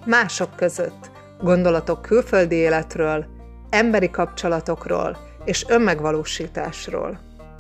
Mások között gondolatok külföldi életről, emberi kapcsolatokról és önmegvalósításról.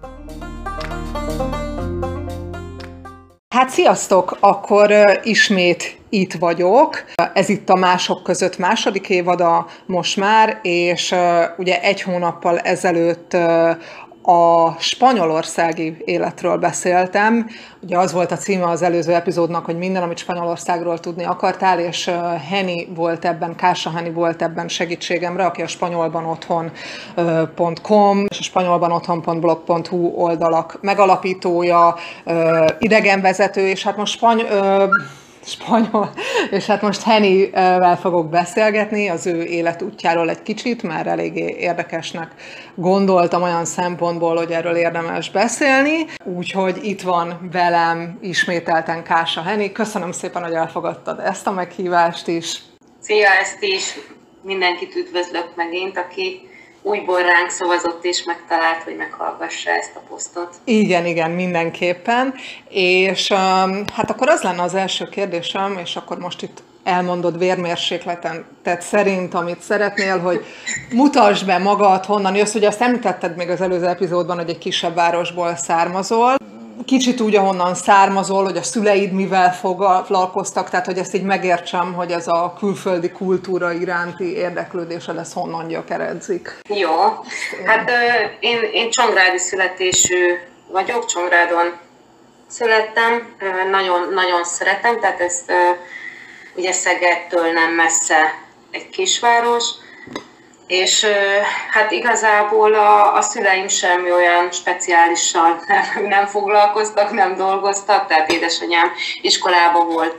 Hát sziasztok! Akkor ismét itt vagyok. Ez itt a Mások között második évada most már, és ugye 1 hónappal ezelőtt a spanyolországi életről beszéltem. Ugye az volt a címe az előző epizódnak, hogy minden, amit Spanyolországról tudni akartál, és Henny volt ebben, Kása Henny volt ebben segítségemre, aki a spanyolbanotthon.com és a spanyolbanotthon.blog.hu oldalak megalapítója, idegenvezető, és hát most spanyol, és hát most Hennyvel fogok beszélgetni az ő életútjáról egy kicsit, mert eléggé érdekesnek gondoltam olyan szempontból, hogy erről érdemes beszélni. Úgyhogy itt van velem ismételten Kása Henny. Köszönöm szépen, hogy elfogadtad ezt a meghívást is. Szia, ezt is! Mindenkit üdvözlök megint, aki újból ránk szavazott és megtalált, hogy meghallgassa ezt a posztot. Igen, mindenképpen. És hát akkor az lenne az első kérdésem, és akkor most itt elmondod vérmérsékleten szerint, amit szeretnél, hogy mutasd be magad, honnan jössz. Ugye azt említetted még az előző epizódban, hogy egy kisebb városból származol. Kicsit úgy, ahonnan származol, hogy a szüleid mivel foglalkoztak, tehát hogy ezt így megértsem, hogy ez a külföldi kultúra iránti érdeklődésed, ez honnan gyökeredzik. Jó, hát én csongrádi születésű vagyok, Csongrádon születtem, nagyon szeretem, tehát ez ugye Szegedtől nem messze egy kisváros, és hát igazából a szüleim semmi olyan speciálissal nem foglalkoztak, nem dolgoztak, tehát édesanyám iskolában volt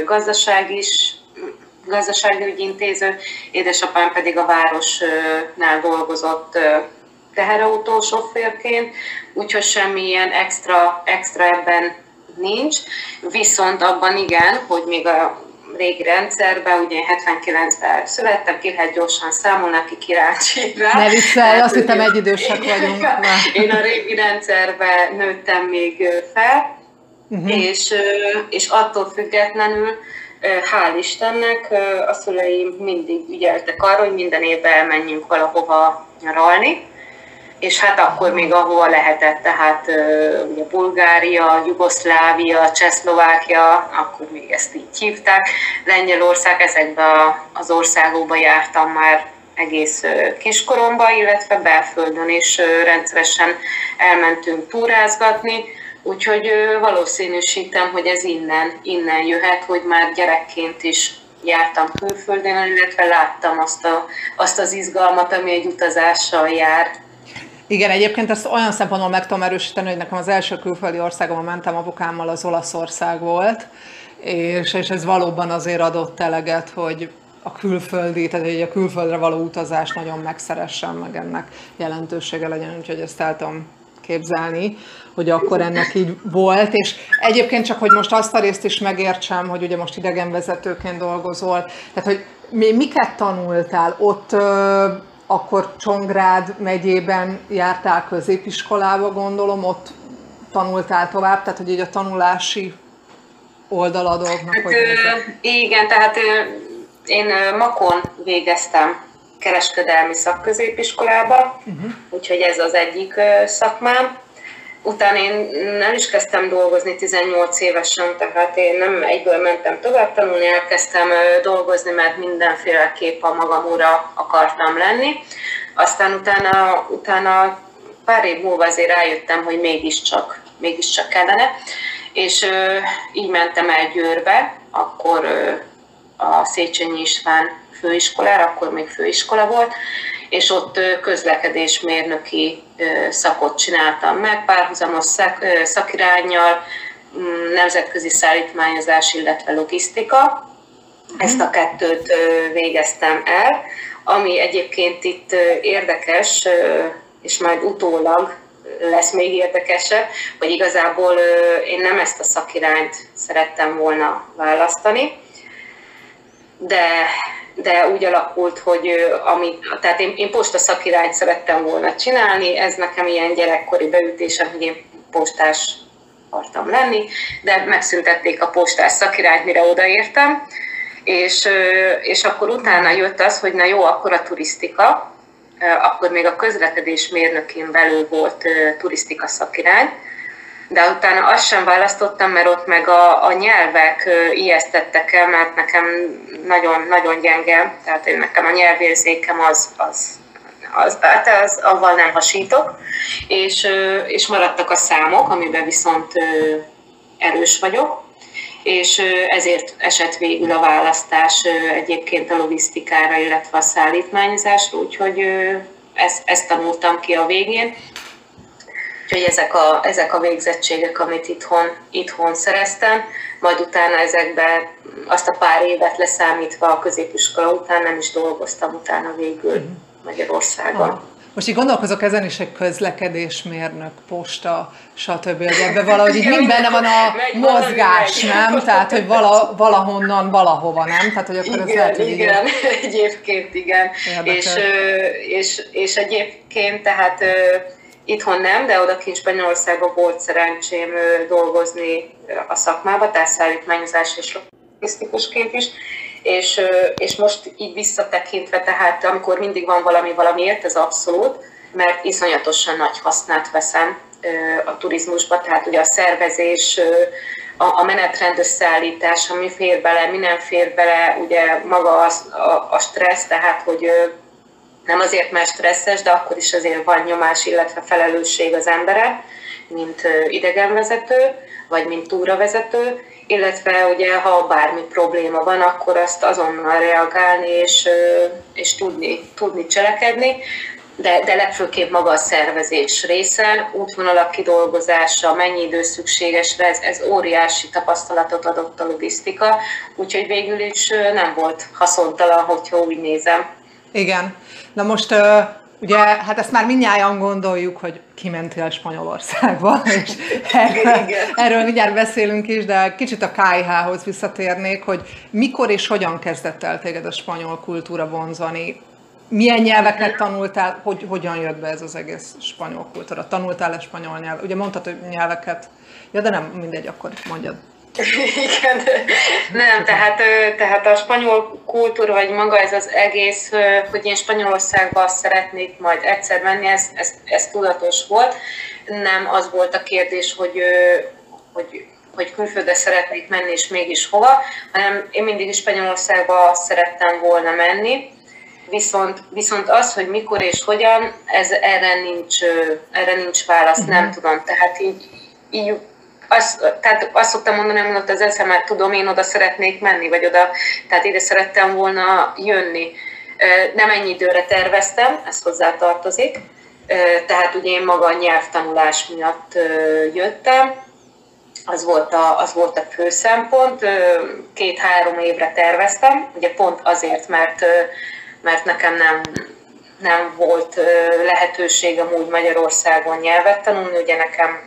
gazdasági ügyintéző, édesapám pedig a városnál dolgozott teherautó-sofőrként, úgyhogy semmilyen extra ebben nincs, viszont abban igen, hogy még a régi rendszerben, ugye 79-ben születtem, ki lehet gyorsan számolni, aki kíváncsi rá. Ne viccelj, azt hittem egyidősek vagyunk. Én a régi rendszerben nőttem még fel, és attól függetlenül, hál' Istennek, a szüleim mindig ügyeltek arra, hogy minden évben elmenjünk valahova nyaralni, és hát akkor még ahova lehetett, tehát ugye Bulgária, Jugoszlávia, Csehszlovákia, akkor még ezt így hívták, Lengyelország, ezekben az országokba jártam már egész kiskoromban, illetve belföldön is rendszeresen elmentünk túrázgatni, úgyhogy valószínűsítem, hogy ez innen jöhet, hogy már gyerekként is jártam külföldön, illetve láttam azt az izgalmat, ami egy utazással jár. Igen, egyébként ezt olyan szempontból meg tudom erősíteni, hogy nekem az első külföldi országomban mentem apukámmal, az Olaszország volt, és ez valóban azért adott eleget, hogy a külföldi, tehát hogy a külföldre való utazás nagyon megszeressen, meg ennek jelentősége legyen, úgyhogy ezt el tudom képzelni, hogy akkor ennek így volt, és egyébként csak, hogy most azt a részt is megértsem, hogy ugye most idegenvezetőként dolgozol, tehát hogy miket tanultál ott, akkor Csongrád megyében jártál középiskolába, gondolom, ott tanultál tovább, tehát hogy így a tanulási oldal a dolgnak, hogy igen, tehát én Makón végeztem kereskedelmi szakközépiskolába, úgyhogy ez az egyik szakmám. Utána én el is kezdtem dolgozni 18 évesen, tehát én nem egyből mentem tovább tanulni, elkezdtem dolgozni, mert mindenféleképp a magam ura akartam lenni. Aztán utána pár év múlva azért rájöttem, hogy mégiscsak kellene, és így mentem el Győrbe, akkor a Széchenyi István főiskolára, akkor még főiskola volt, és ott közlekedésmérnöki szakot csináltam meg, párhuzamos szakiránnyal, nemzetközi szállítmányozás, illetve logisztika. Ezt a kettőt végeztem el, ami egyébként itt érdekes, és majd utólag lesz még érdekesebb, hogy igazából én nem ezt a szakirányt szerettem volna választani, de úgy alakult, hogy tehát én postaszakkirányt szerettem volna csinálni, ez nekem ilyen gyerekkori beütésem, hogy én postás akartam lenni, de megszüntették a postás szakirányt, mire odaértem, és akkor utána jött az, hogy na jó, akkor a turisztika, akkor még a közlekedés mérnökén belül volt turisztika szakirány, de utána azt sem választottam, mert ott meg a nyelvek ijesztettek el, mert nekem nagyon, nagyon gyenge, tehát nekem a nyelvérzékem avval nem hasítok, és maradtak a számok, amiben viszont erős vagyok, és ezért esett végül a választás egyébként a logisztikára, illetve a szállítmányozásra, úgyhogy ezt tanultam ki a végén. Úgyhogy ezek a végzettségek, amit itthon szereztem, majd utána ezekben azt a pár évet leszámítva a középiskola után nem is dolgoztam utána végül Magyarországon. Most így gondolkozok ezen is, egy közlekedésmérnök, posta, stb. Ebben valahogy így mind benne van a mozgás, nem? Tehát, hogy valahonnan, valahova, nem? Tehát, hogy akkor igen, ez lehet, hogy igen, egyébként igen. És egyébként, tehát itthon nem, de odakint Spanyolországban volt szerencsém dolgozni a szakmába, tehát szállítmányozás és logisztikusként is. És most így visszatekintve, tehát amikor mindig van valamiért, ez abszolút, mert iszonyatosan nagy hasznát veszem a turizmusba, tehát ugye a szervezés, a menetrend összeállítása, mi fér bele, mi nem fér bele, ugye maga a stressz, tehát hogy nem azért, mert stresszes, de akkor is azért van nyomás, illetve felelősség az embere, mint idegenvezető, vagy mint túravezető, illetve ugye, ha bármi probléma van, akkor azt azonnal reagálni és tudni cselekedni, de legfőképp maga a szervezés része, útvonalak kidolgozása, mennyi idő szükséges, ez óriási tapasztalatot adott a logisztika, úgyhogy végül is nem volt haszontalan, hogyha úgy nézem. Igen. Na most ugye, hát ezt már mindnyájan gondoljuk, hogy kimentél Spanyolországba, és erről mindjárt beszélünk is, de kicsit a KIH-hoz visszatérnék, hogy mikor és hogyan kezdett el téged a spanyol kultúra vonzani? Milyen nyelveket tanultál, hogyan jött be ez az egész spanyol kultúra? Tanultál-e spanyol nyelvet? Ugye mondtad, hogy nyelveket, ja, de nem mindegy, akkor mondjad. Igen, nem, tehát a spanyol kultúra, vagy maga ez az egész, hogy én Spanyolországba szeretnék majd egyszer menni, ez tudatos volt. Nem az volt a kérdés, hogy külföldre szeretnék menni, és mégis hova, hanem én mindig is Spanyolországba szerettem volna menni. Viszont az, hogy mikor és hogyan, erre nincs válasz, nem tudom. Tehát így tehát azt szoktam mondani, hogy ott az eszemet tudom, én oda szeretnék menni, vagy oda, tehát ide szerettem volna jönni. Nem ennyi időre terveztem, ez hozzá tartozik, tehát ugye én maga a nyelvtanulás miatt jöttem, az volt a fő szempont, 2-3 évre terveztem, ugye pont azért, mert nekem nem volt lehetőségem úgy Magyarországon nyelvet tanulni, ugye nekem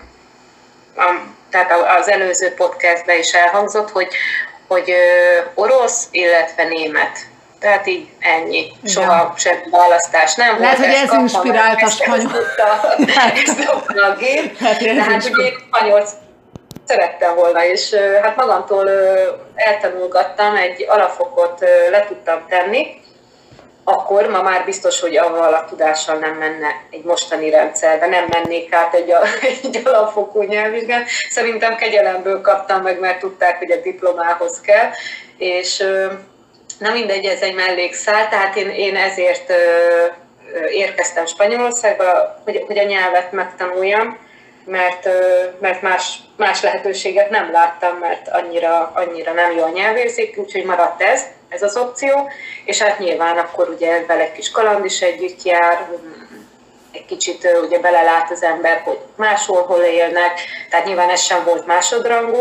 tehát az előző podcastben is elhangzott, hogy orosz, illetve német. Tehát így ennyi. Soha sem választás nem volt. Lehet, hogy ez inspirált a spanyol. Ezt dobta a gép. Tehát ugye én spanyolt szerettem volna, és hát magamtól eltanulgattam, egy alapfokot le tudtam tenni, akkor ma már biztos, hogy avval a tudással nem menne egy mostani rendszerbe, nem mennék át egy alapfokú nyelvvizsgán. Szerintem kegyelemből kaptam meg, mert tudták, hogy a diplomához kell, és na mindegy, ez egy mellékszál, tehát én ezért érkeztem Spanyolországba, hogy a nyelvet megtanuljam, mert más lehetőséget nem láttam, mert annyira nem jó a nyelvérzék, úgyhogy maradt ez az opció, és hát nyilván akkor ugye vele egy kis kaland is együtt jár, egy kicsit ugye belelát az ember, hogy máshol hol élnek, tehát nyilván ez sem volt másodrangú,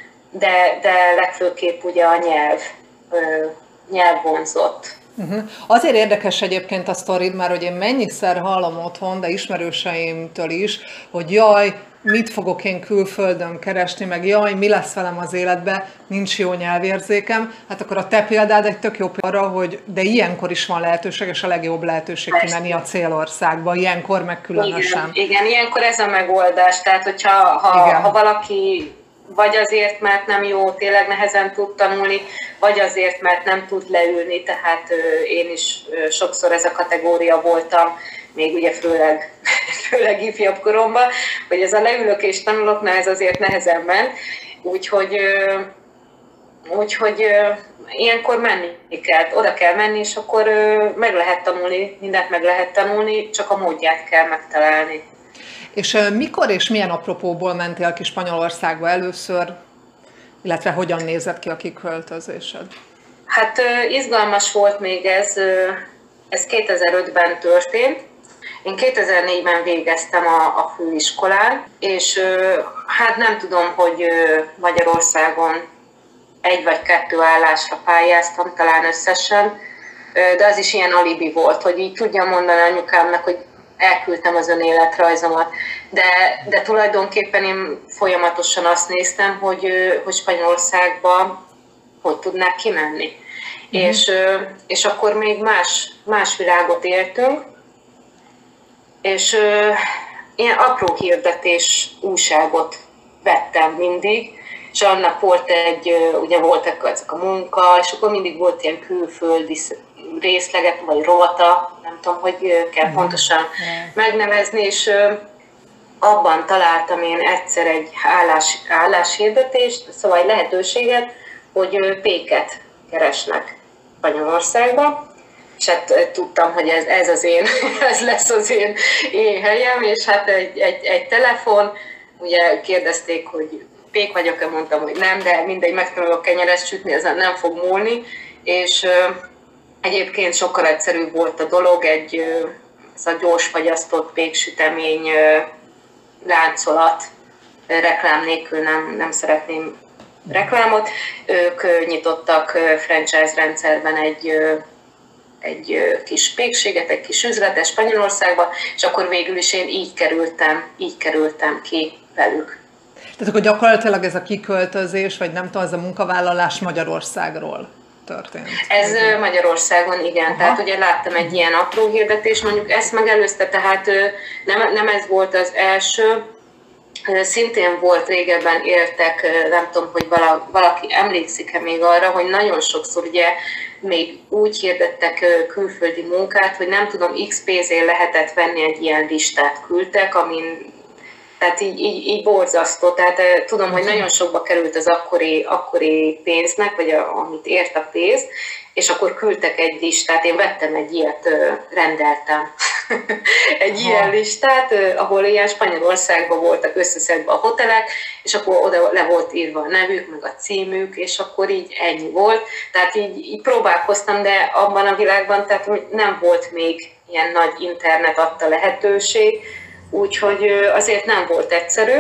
de legfőképp ugye a nyelv vonzott. Azért érdekes egyébként a sztorid, mert hogy én mennyiszer hallom otthon, de ismerőseimtől is, hogy jaj, mit fogok én külföldön keresni, meg jaj, mi lesz velem az életben, nincs jó nyelvérzékem. Hát akkor a te példád egy tök jó példa arra, hogy de ilyenkor is van lehetőség, és a legjobb lehetőség kimenni a célországba, ilyenkor meg különösen. Igen, ilyenkor ez a megoldás. Tehát, hogyha valaki vagy azért, mert nem jó, tényleg nehezen tud tanulni, vagy azért, mert nem tud leülni, tehát én is sokszor ez a kategória voltam, még ugye főleg ifjabb koromban, hogy ez a leülök és tanulok, ez azért nehezen ment, úgyhogy ilyenkor menni kell, oda kell menni, és akkor meg lehet tanulni, mindent meg lehet tanulni, csak a módját kell megtalálni. És mikor és milyen apropóból mentél ki Spanyolországba először, illetve hogyan nézett ki a kiköltözésed? Hát izgalmas volt még ez 2005-ben történt. Én 2004-ben végeztem a főiskolán, és hát nem tudom, hogy Magyarországon 1 vagy 2 állásra pályáztam, talán összesen, de az is ilyen alibi volt, hogy így tudjam mondani anyukámnak, hogy elküldtem az önéletrajzomat. De tulajdonképpen én folyamatosan azt néztem, hogy Spanyolországba hogy tudnák kimenni. És akkor még más világot éltünk, és ilyen apró hirdetés újságot vettem mindig, és annak volt ugye voltak ezek a munka, és akkor mindig volt ilyen külföldi részleget, vagy rovata, nem tudom, hogy kell pontosan megnevezni, és abban találtam én egyszer egy álláshirdetést, szóval egy lehetőséget, hogy péket keresnek Spanyolországba, és hát tudtam, hogy ez lesz az én helyem, és hát egy telefon, ugye kérdezték, hogy pék vagyok-e, mondtam, hogy nem, de mindegy, megtanulok kenyeret sütni, ezen nem fog múlni, és egyébként sokkal egyszerűbb volt a dolog, ez a gyors fagyasztott péksütemény láncolat, reklám nélkül nem szeretném reklámot. Ők nyitottak franchise rendszerben egy kis pékséget, egy kis üzletet Spanyolországba, és akkor végül is én így kerültem ki velük. Tehát akkor gyakorlatilag ez a kiköltözés, vagy nem tudom, ez a munkavállalás Magyarországról történt? Ez Magyarországon, igen. Aha. Tehát ugye láttam egy ilyen apró hirdetést, mondjuk ezt megelőzte, tehát nem ez volt az első. Szintén volt, régebben éltek, nem tudom, hogy valaki emlékszik-e még arra, hogy nagyon sokszor ugye még úgy hirdettek külföldi munkát, hogy nem tudom, x pénzért lehetett venni, egy ilyen listát küldtek, tehát így borzasztó. Tehát tudom, hogy nagyon sokba került az akkori pénznek, vagy amit ért a pénz, és akkor küldtek egy listát, én vettem egy ilyet, rendeltem egy ilyen listát, ahol ilyen Spanyolországban voltak összeszedve a hotelek, és akkor oda le volt írva a nevük, meg a címük, és akkor így ennyi volt. Tehát így próbálkoztam, de abban a világban tehát nem volt még ilyen nagy internet adta lehetőség, úgyhogy azért nem volt egyszerű.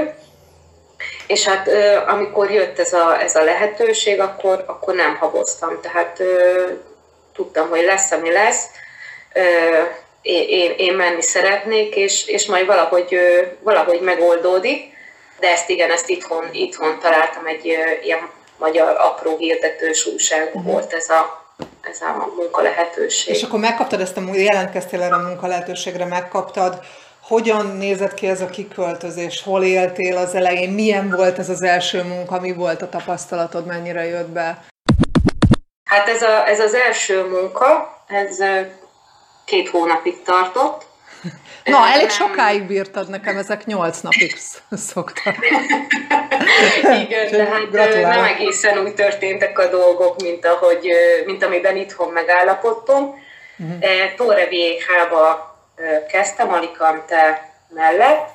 És hát amikor jött ez a lehetőség, akkor nem haboztam. Tehát tudtam, hogy lesz, ami lesz. Én menni szeretnék, és majd valahogy megoldódik. De ezt itthon találtam, egy ilyen magyar apró hirdetős újság volt ez a munkalehetőség. És akkor megkaptad jelentkeztél erre a munkalehetőségre, megkaptad. Hogyan nézett ki ez a kiköltözés? Hol éltél az elején? Milyen volt ez az első munka? Mi volt a tapasztalatod? Mennyire jött be? Hát ez az első munka, ez 2 hónapig tartott. Na, elég sokáig bírtad, nekem ezek 8 napig szoktak. Igen, tehát nem egészen úgy történtek a dolgok, mint amiben itthon megállapodtunk. Torrevieja-ba kezdtem, Alicante mellett,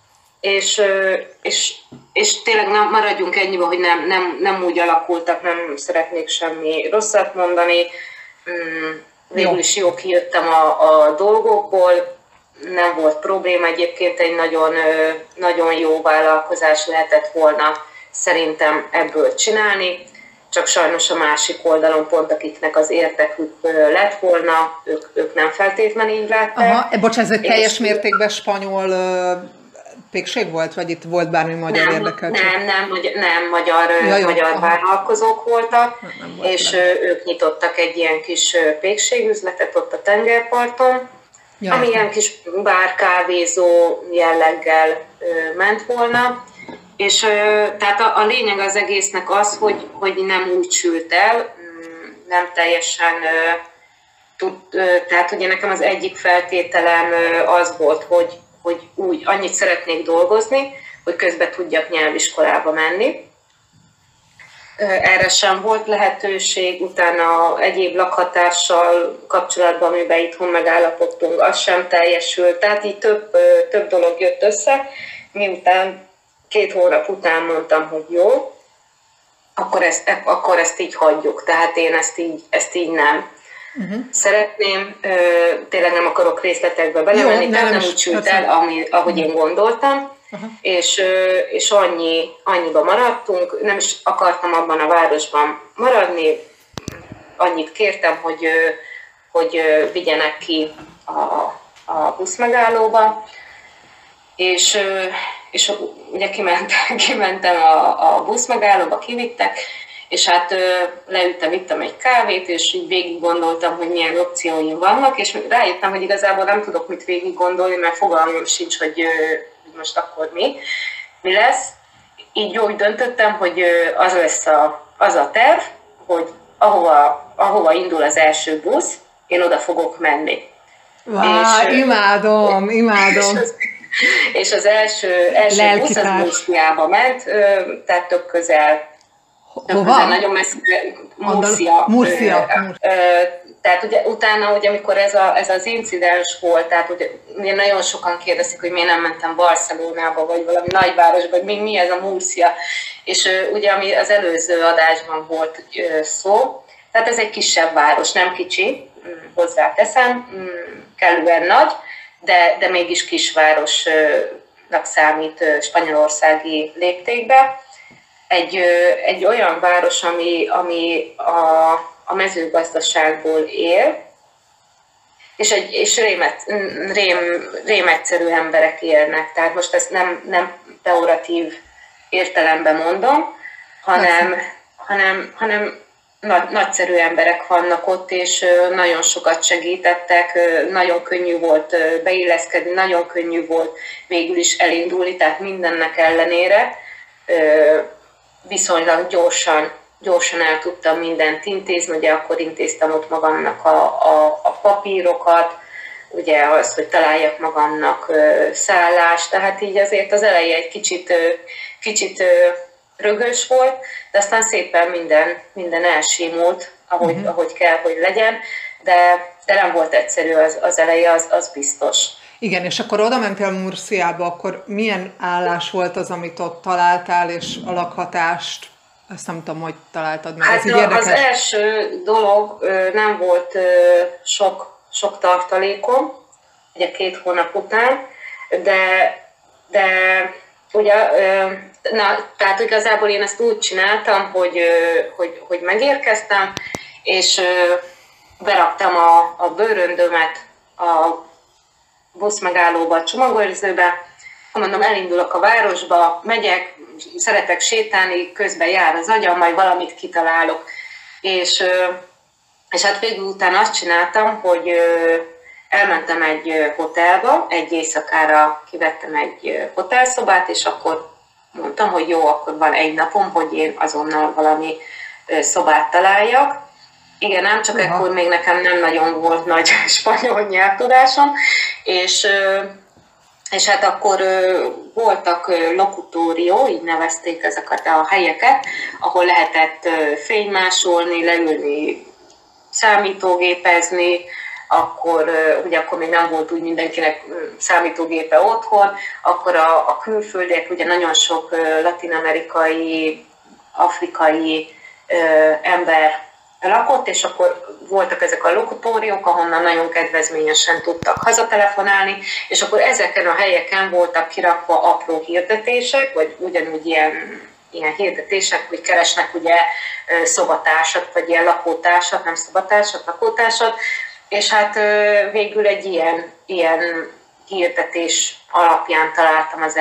és tényleg maradjunk ennyiben, hogy nem úgy alakultak, nem szeretnék semmi rosszat mondani. Végül is jó kijöttem a dolgokból, nem volt probléma, egyébként egy nagyon, nagyon jó vállalkozás lehetett volna szerintem ebből csinálni, csak sajnos a másik oldalon pont akiknek az érdekük lett volna, ők nem feltétlenül így látták. Aha, bocsánat, ez egy teljes mértékben spanyol pékség volt, vagy itt volt bármi magyar érdekeltség? Nem, magyar vállalkozók voltak, és ők nyitottak egy ilyen kis pékségüzletet ott a tengerparton, ami ilyen kis bár kávézó jelleggel ment volna, És tehát a lényeg az egésznek az, hogy nem úgy sült el, nem teljesen tehát ugye nekem az egyik feltételem az volt, hogy úgy annyit szeretnék dolgozni, hogy közben tudjak nyelviskolába menni. Erre sem volt lehetőség, utána egyéb lakhatással kapcsolatban, amiben itthon megállapodtunk, az sem teljesült, tehát így több dolog jött össze, miután 2 hónap után mondtam, hogy jó, akkor ezt így hagyjuk, tehát én ezt így nem. Szeretném, tényleg nem akarok részletekbe belemenni, tehát nem úgy sült el, ahogy én gondoltam, és annyiba maradtunk, nem is akartam abban a városban maradni, annyit kértem, hogy vigyenek ki a buszmegállóba, és ugye kimentem a buszmegállóba, kivittek, és hát leültem, ittam egy kávét, és így végig gondoltam, hogy milyen opcióim vannak, és rájöttem, hogy igazából nem tudok mit végig gondolni, mert fogalmam sincs, hogy most akkor mi lesz. Így úgy döntöttem, hogy az lesz az a terv, hogy ahova indul az első busz, én oda fogok menni. Imádom! És az első busz az Murciába ment, tehát tök közel, nagyon messze, Murcia. Tehát ugye utána, amikor ez az incidens volt, tehát ugye nagyon sokan kérdezik, hogy miért nem mentem Barcelonába, vagy valami nagyvárosba, hogy mi ez a Murcia. És ugye ami az előző adásban volt szó, tehát ez egy kisebb város, nem kicsi, hozzáteszem, kellően nagy, de mégis kisvárosnak számít spanyolországi léptékben. Egy olyan város, ami a mezőgazdaságból él, és rém egyszerű emberek élnek. Tehát most ezt nem pejoratív értelemben mondom, hanem nagyszerű emberek vannak ott, és nagyon sokat segítettek, nagyon könnyű volt beilleszkedni, nagyon könnyű volt végül is elindulni, tehát mindennek ellenére viszonylag gyorsan el tudtam mindent intézni, ugye akkor intéztem ott magamnak a papírokat, ugye az, hogy találjak magamnak szállást, tehát így azért az eleje egy kicsit rögös volt, de aztán szépen minden elsimult, ahogy kell, hogy legyen, de nem volt egyszerű az eleje, az biztos. Igen, és akkor oda mentél Murciába, akkor milyen állás volt az, amit ott találtál, és a lakhatást, ezt nem tudom, hogy találtad meg, ez így érdekes. Az első dolog nem volt sok tartalékom, ugye 2 hónap után, de ugye, tehát igazából én ezt úgy csináltam, hogy megérkeztem, és beraktam a bőröndömet a buszmegállóba, a csomagőrzőbe, mondom, elindulok a városba, megyek, szeretek sétálni, közben jár az agyam, majd valamit kitalálok. És hát végül után azt csináltam, hogy elmentem egy hotelba, egy éjszakára kivettem egy hotelszobát, és akkor mondtam, hogy jó, akkor van egy napom, hogy én azonnal valami szobát találjak. Igen, nem csak ekkor még nekem nem nagyon volt nagy spanyol nyelvtudásom, és hát akkor voltak locutórió, így nevezték ezeket a helyeket, ahol lehetett fénymásolni, leülni, számítógépezni, ugye akkor még nem volt úgy mindenkinek számítógépe otthon, akkor a külföldiek, ugye nagyon sok latin-amerikai, afrikai ember lakott, és akkor voltak ezek a lokutóriók, ahonnan nagyon kedvezményesen tudtak hazatelefonálni, és akkor ezeken a helyeken voltak kirakva apró hirdetések, vagy ugyanúgy ilyen hirdetések, hogy keresnek ugye szobatársat, vagy ilyen lakótársat, nem szobatársat, lakótársat, és hát végül egy ilyen hirdetés alapján találtam az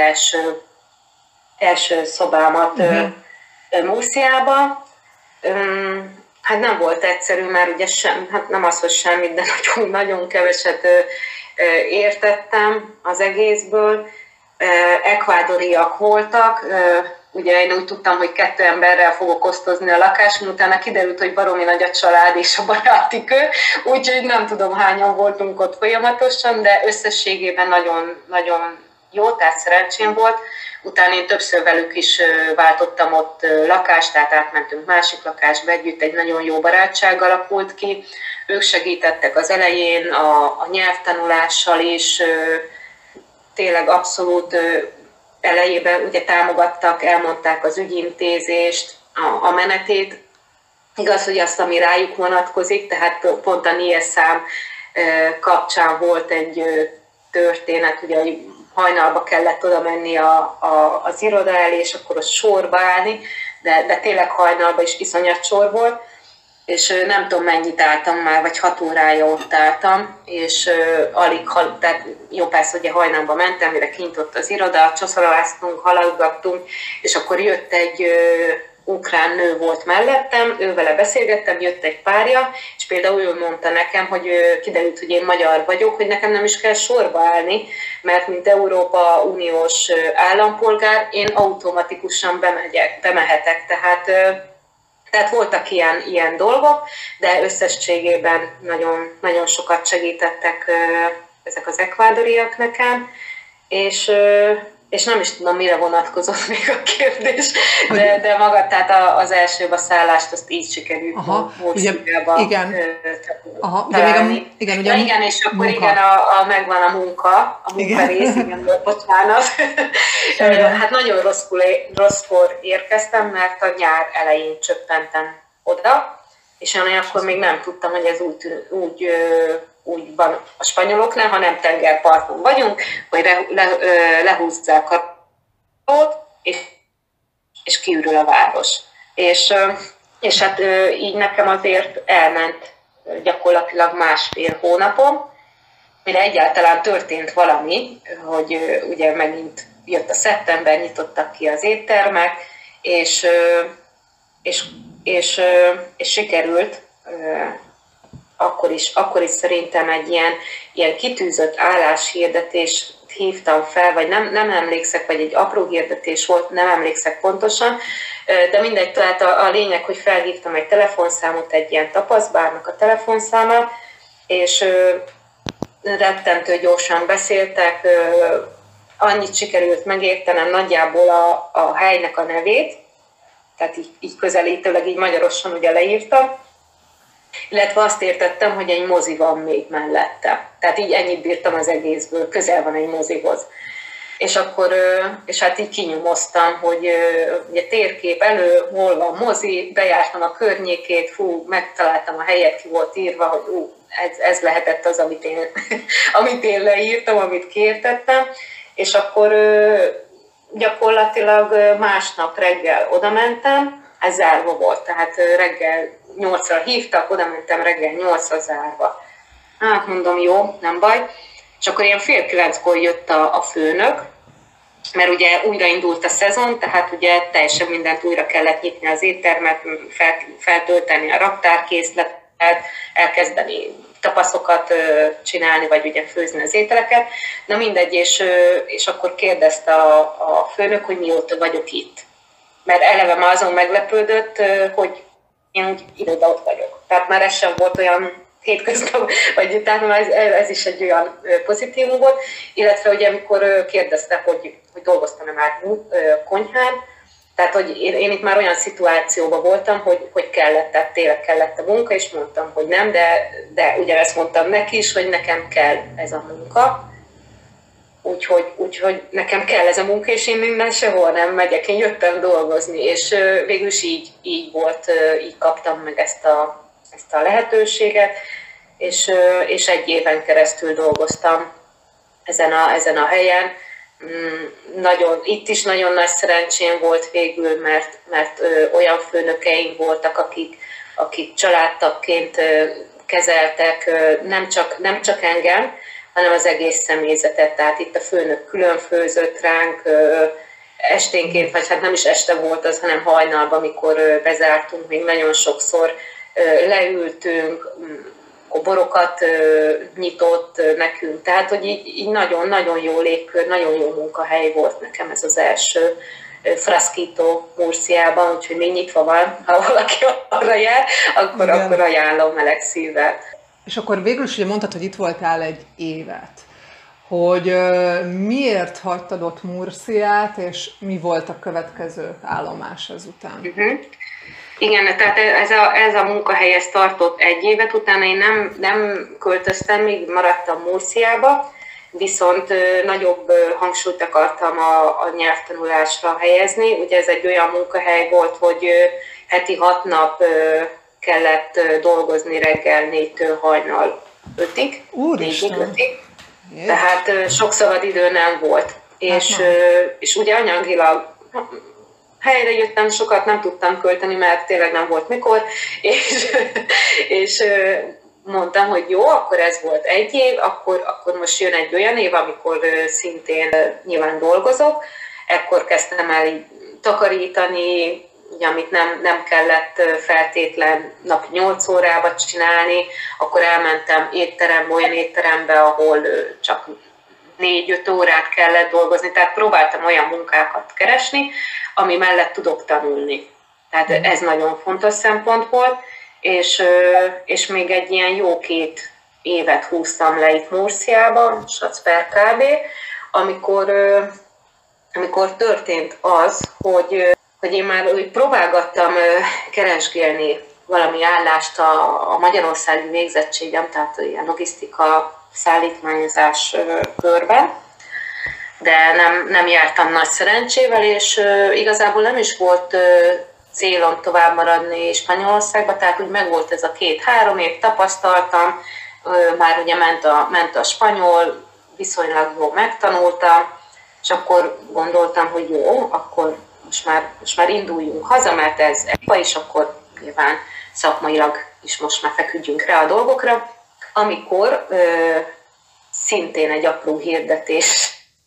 első szobámat Murciába. Hát nem volt egyszerű, mert ugye hát nem az, hogy semmit, de nagyon keveset értettem az egészből. ekvádoriak voltak. Ugye én úgy tudtam, hogy 2 emberrel fogok osztozni a lakást, utána kiderült, hogy baromi nagy a család és a baráti kör, úgyhogy nem tudom, hányan voltunk ott folyamatosan, de összességében nagyon, nagyon jó, tehát szerencsém volt. Utána én többször velük is váltottam ott lakást, tehát átmentünk másik lakásba együtt, egy nagyon jó barátság alakult ki. Ők segítettek az elején a nyelvtanulással is, tényleg abszolút elejében ugye támogattak, elmondták az ügyintézést, a menetét. Igaz, hogy azt, ami rájuk vonatkozik, tehát pont a NIE szám kapcsán volt egy történet, ugye, hogy hajnalba kellett oda menni az iroda elé, és akkor ott sorba állni, de tényleg hajnalba is iszonyat sor volt, és nem tudom mennyit álltam már, vagy 6 órája ott álltam, és tehát jó persze, ugye hajnalba mentem, mire kint ott az iroda, csoszoláztunk, haladgattunk, és akkor jött egy ukrán nő volt mellettem, ővele beszélgettem, jött egy párja, és például ő mondta nekem, hogy kiderült, hogy én magyar vagyok, hogy nekem nem is kell sorba állni, mert mint Európa Uniós állampolgár, én automatikusan bemehetek, tehát voltak ilyen dolgok, de összességében nagyon, nagyon sokat segítettek ezek az ekvádoriak nekem, és nem is tudom, mire vonatkozott még a kérdés, de maga, tehát az elsőbb a szállást, azt így sikerült Murciában találni. Igen, és akkor munka. Megvan a munka rész, igen, bocsánat. Hát nagyon rosszkor érkeztem, mert a nyár elején csöppentem oda, és én akkor még nem tudtam, hogy ez úgy van a spanyoloknál, ha nem tengerparton vagyunk, hogy lehúzzák a rót, és kiürül a város. És hát így nekem azért elment gyakorlatilag 1,5 hónapom, mire egyáltalán történt valami, hogy ugye megint jött a szeptember, nyitottak ki az éttermek, és sikerült akkor is szerintem egy ilyen kitűzött álláshirdetést hívtam fel, vagy nem emlékszek, vagy egy apró hirdetés volt, nem emlékszek pontosan, de mindegy, tehát a lényeg, hogy felhívtam egy telefonszámot, egy ilyen tapaszbárnak a telefonszámát, és rettentő gyorsan beszéltek, annyit sikerült megértenem nagyjából a helynek a nevét, tehát így közelítőleg, így magyarosan ugye leírtam, illetve azt értettem, hogy egy mozi van még mellette. Tehát így ennyit bírtam az egészből, közel van egy mozihoz. És hát így kinyomoztam, hogy ugye térkép elő, hol van mozi, bejártam a környékét, megtaláltam a helyet, ki volt írva, hogy ez lehetett az, amit én leírtam, amit kiértettem, és akkor gyakorlatilag másnap reggel odamentem, ez zárva volt, tehát reggel 8-ra hívtak, oda mentem reggel 8-ra zárva. Hát mondom, jó, nem baj. És akkor ilyen 8:30-kor jött a főnök, mert ugye újraindult a szezon, tehát ugye teljesen mindent újra kellett nyitni az éttermet, feltölteni a raktárkészletet, elkezdeni tapaszokat csinálni, vagy ugye főzni az ételeket. Na mindegy, és akkor kérdezte a főnök, hogy mióta vagyok itt. Mert eleve már azon meglepődött, hogy én úgy ide ott vagyok. Tehát már ez sem volt olyan hétköznap, vagy tehát már ez is egy olyan pozitívum volt. Illetve ugye amikor kérdezte, hogy dolgoztam-e már konyhán, tehát hogy én itt már olyan szituációban voltam, hogy kellett, tehát tényleg kellett a munka, és mondtam, hogy nem, de ugyanezt mondtam neki is, hogy nekem kell ez a munka. Úgyhogy nekem kell ez a munka, és én minden sehol nem megyek, én jöttem dolgozni, és végül is így volt, így kaptam meg ezt a lehetőséget, és 1 éven keresztül dolgoztam ezen a helyen. Itt is nagyon nagy szerencsém volt végül, mert olyan főnökeim voltak, akik családtagként kezeltek nem csak engem, hanem az egész személyzetet. Tehát itt a főnök külön főzött ránk esténként, vagy hát nem is este volt az, hanem hajnalban, amikor bezártunk, még nagyon sokszor leültünk, akkor borokat nyitott nekünk. Tehát, hogy így nagyon-nagyon jó légkör, nagyon jó munkahely volt nekem ez az első Frasquito Murciában, úgyhogy még nyitva van, ha valaki arra jár, akkor ajánlom meleg szívvel. És akkor végül is ugye mondtad, hogy itt voltál egy évet. Hogy miért hagytad ott Murciát, és mi volt a következő állomás ezután? Igen, tehát ez a munkahely ez tartott egy évet, utána én nem költöztem, még maradtam Murciába, viszont nagyobb hangsúlyt akartam a nyelvtanulásra helyezni. Ugye ez egy olyan munkahely volt, hogy heti 6 nap kellett dolgozni reggel 4-től hajnal 5-ig. Úristen! Tehát sok szabad idő nem volt. És ugye anyagilag helyre jöttem, sokat nem tudtam költeni, mert tényleg nem volt mikor, és mondtam, hogy jó, akkor ez volt egy év, akkor most jön egy olyan év, amikor szintén nyilván dolgozok. Ekkor kezdtem el így takarítani, ugye, amit nem kellett feltétlen napi 8 órába csinálni, akkor elmentem olyan étterembe, ahol csak 4-5 órát kellett dolgozni, tehát próbáltam olyan munkákat keresni, ami mellett tudok tanulni. Tehát ez nagyon fontos szempont volt, és még egy ilyen jó 2 évet húztam le itt Murciában, Sacper kb., amikor történt az, hogy én már úgy próbálgattam keresgélni valami állást a magyarországi végzettségem, tehát ilyen logisztika, szállítmányozás körben, de nem jártam nagy szerencsével, és igazából nem is volt célom tovább maradni Spanyolországba, tehát úgy megvolt ez a 2-3 év, tapasztaltam, már ugye ment a spanyol, viszonylag jól megtanultam, és akkor gondoltam, hogy jó, akkor most már induljunk haza, mert ez EPA is, akkor nyilván szakmailag is most már feküdjünk rá a dolgokra, amikor szintén egy apró hirdetés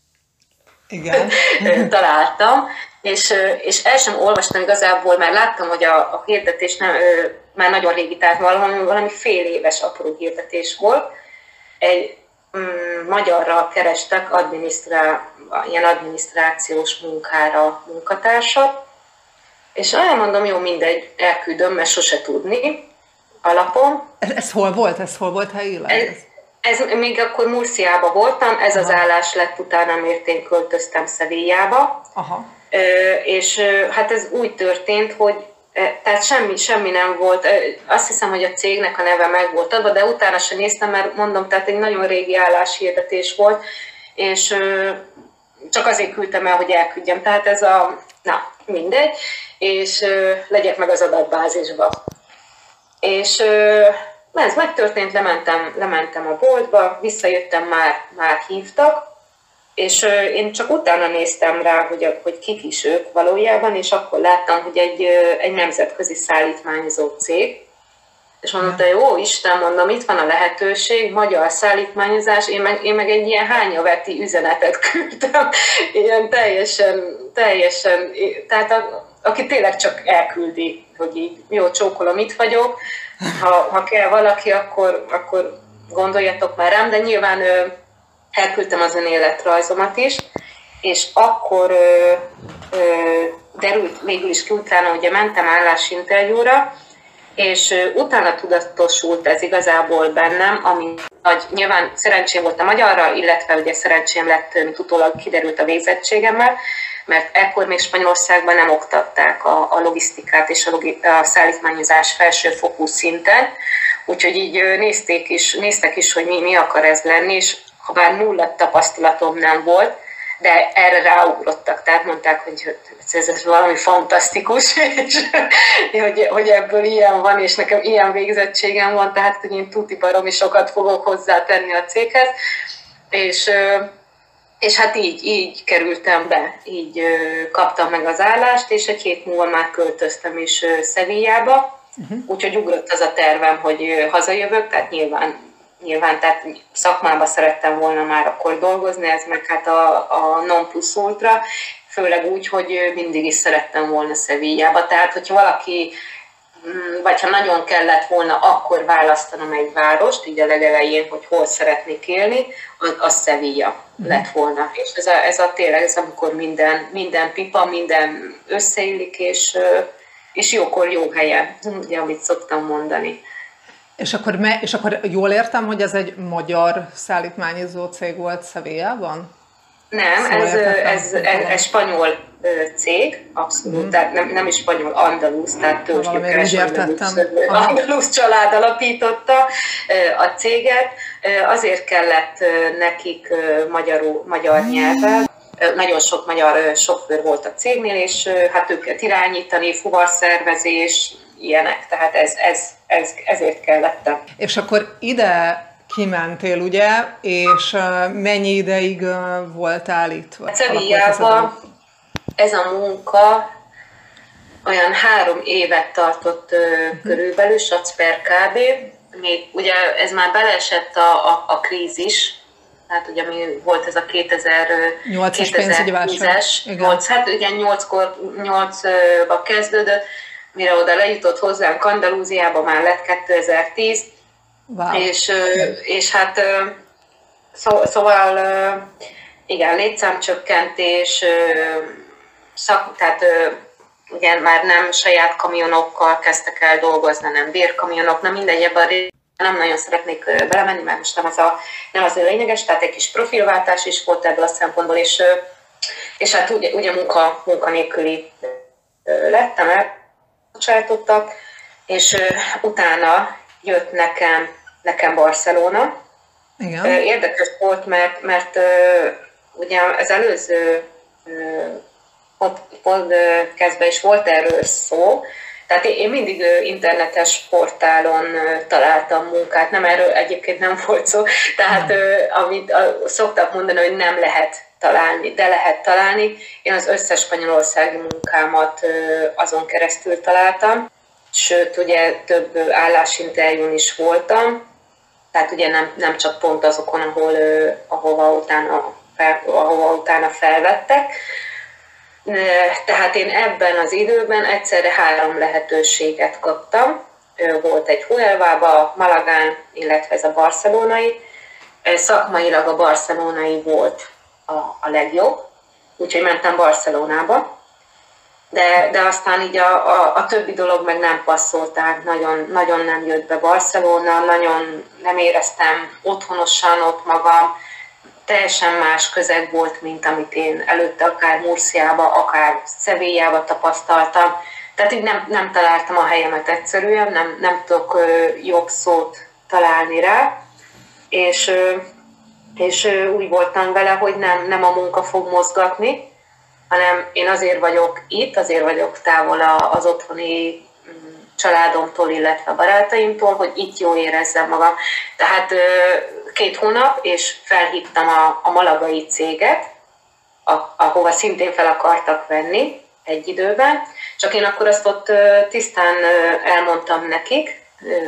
találtam, és el sem olvastam igazából, már láttam, hogy a hirdetés már nagyon régi, tehát valami fél éves apró hirdetés volt. Egy magyarral kerestek ilyen adminisztrációs munkára munkatársat, és elmondom, jó, mindegy, elküldöm, mert sose tudni alapon. Ez hol volt helyileg? Ez még akkor Murciában voltam, ez az állás lett utána, miért én költöztem Sevillába. És hát ez úgy történt, hogy tehát semmi nem volt. Azt hiszem, hogy a cégnek a neve meg volt adva, de utána sem néztem, mert mondom, tehát egy nagyon régi álláshirdetés volt, és csak azért küldtem el, hogy elküldjem. Tehát mindegy, és legyek meg az adatbázisba. És ez megtörtént, lementem a boltba, visszajöttem, már hívtak, és én csak utána néztem rá, hogy kik is ők valójában, és akkor láttam, hogy egy nemzetközi szállítmányozó cég, és mondta, jó Isten, mondom, itt van a lehetőség, magyar szállítmányozás, én meg egy ilyen hányaveti üzenetet küldtem, ilyen teljesen, tehát aki tényleg csak elküldi, hogy így jó, csókolom, itt vagyok, ha kell valaki, akkor gondoljatok már rám, de nyilván elküldtem az önéletrajzomat is, és akkor derült végül is ki utána, ugye mentem állásinterjúra, és utána tudatosult ez igazából bennem, ami nyilván szerencsém volt a magyarral, illetve ugye szerencsém lett, mint utólag kiderült a végzettségemmel, mert ekkor még Spanyolországban nem oktatták a logisztikát és a szállítmányozás felsőfokú szinten, úgyhogy így néztek is, hogy mi akar ez lenni, és ha bár nulla tapasztalatom nem volt, de erre ráugrottak, tehát mondták, hogy ez valami fantasztikus, és hogy ebből ilyen van, és nekem ilyen végzettségem van, tehát hogy én tuti baromi sokat fogok hozzátenni a céghez, és hát így kerültem be, így kaptam meg az állást, és egy hét múlva már költöztem is Sevillába, úgyhogy ugrott az a tervem, hogy hazajövök, tehát nyilván tehát szakmában szerettem volna már akkor dolgozni, ez meg hát a non plus ultra, főleg úgy, hogy mindig is szerettem volna Sevillába. Tehát, hogyha valaki vagy ha nagyon kellett volna, akkor választanom egy várost, így a legelején, hogy hol szeretnék élni, az Sevilla lett volna. És ez a tényleg, ez amikor minden pipa, minden összeillik, és jókor jó helyen, ugye, amit szoktam mondani. És akkor jól értem, hogy ez egy magyar szállítmányozó cég volt Sevillában? Nem, szóval ez spanyol cég, abszolút, tehát nem is spanyol, andalusz, tehát tőzsgyökeres andalusz család alapította a céget. Azért kellett nekik magyar nyelven. Nagyon sok magyar sofőr volt a cégnél, és hát őket irányítani, fuvarszervezés, ilyenek, tehát ezért kellett. És akkor ide kimentél, ugye, és mennyi ideig voltál itt? Sevillában ez a munka olyan 3 évet tartott körülbelül, Sacper kb. Még ugye ez már beleesett a krízis, tehát ugye mi volt ez a 2010-es, hát igen, 8-ba kezdődött, mire oda lejutott hozzánk Andalúziába, már lett 2010, wow. És hát szóval igen, létszámcsökkentés, tehát igen, már nem saját kamionokkal kezdtek el dolgozni, nem bérkamionok, nem mindegy, ebben nem nagyon szeretnék belemenni, mert most nem az lényeges, tehát egy kis profilváltás is volt ebből a szempontból, és hát ugye munkanélküli lettem, elbocsátottak, és utána jött nekem Barcelona. Igen. Érdekes volt, mert ugye az előző podcastben is volt erről szó, tehát én mindig internetes portálon találtam munkát, nem erről egyébként nem volt szó, tehát amit szoktak mondani, hogy nem lehet találni, de lehet találni. Én az összes spanyolországi munkámat azon keresztül találtam, sőt, ugye több állásinterjún is voltam, tehát ugye nem csak pont azokon, ahova utána felvettek. Tehát én ebben az időben egyszerre 3 lehetőséget kaptam. Volt egy Huelvába, Malagán, illetve ez a barcelonai. Szakmailag a barcelonai volt a legjobb, úgyhogy mentem Barcelonába. De aztán így a többi dolog meg nem passzolt, tehát nagyon, nagyon nem jött be Barcelona, nagyon nem éreztem otthonosan ott magam, teljesen más közeg volt, mint amit én előtte akár Murciába, akár Sevillába tapasztaltam. Tehát így nem találtam a helyemet egyszerűen, nem tudok jobb szót találni rá, és úgy voltam vele, hogy nem a munka fog mozgatni, hanem én azért vagyok itt, azért vagyok távol az otthoni családomtól, illetve a barátaimtól, hogy itt jól érezzem magam. Tehát 2 hónap, és felhívtam a malagai céget, ahova szintén fel akartak venni egy időben, csak én akkor azt ott tisztán elmondtam nekik,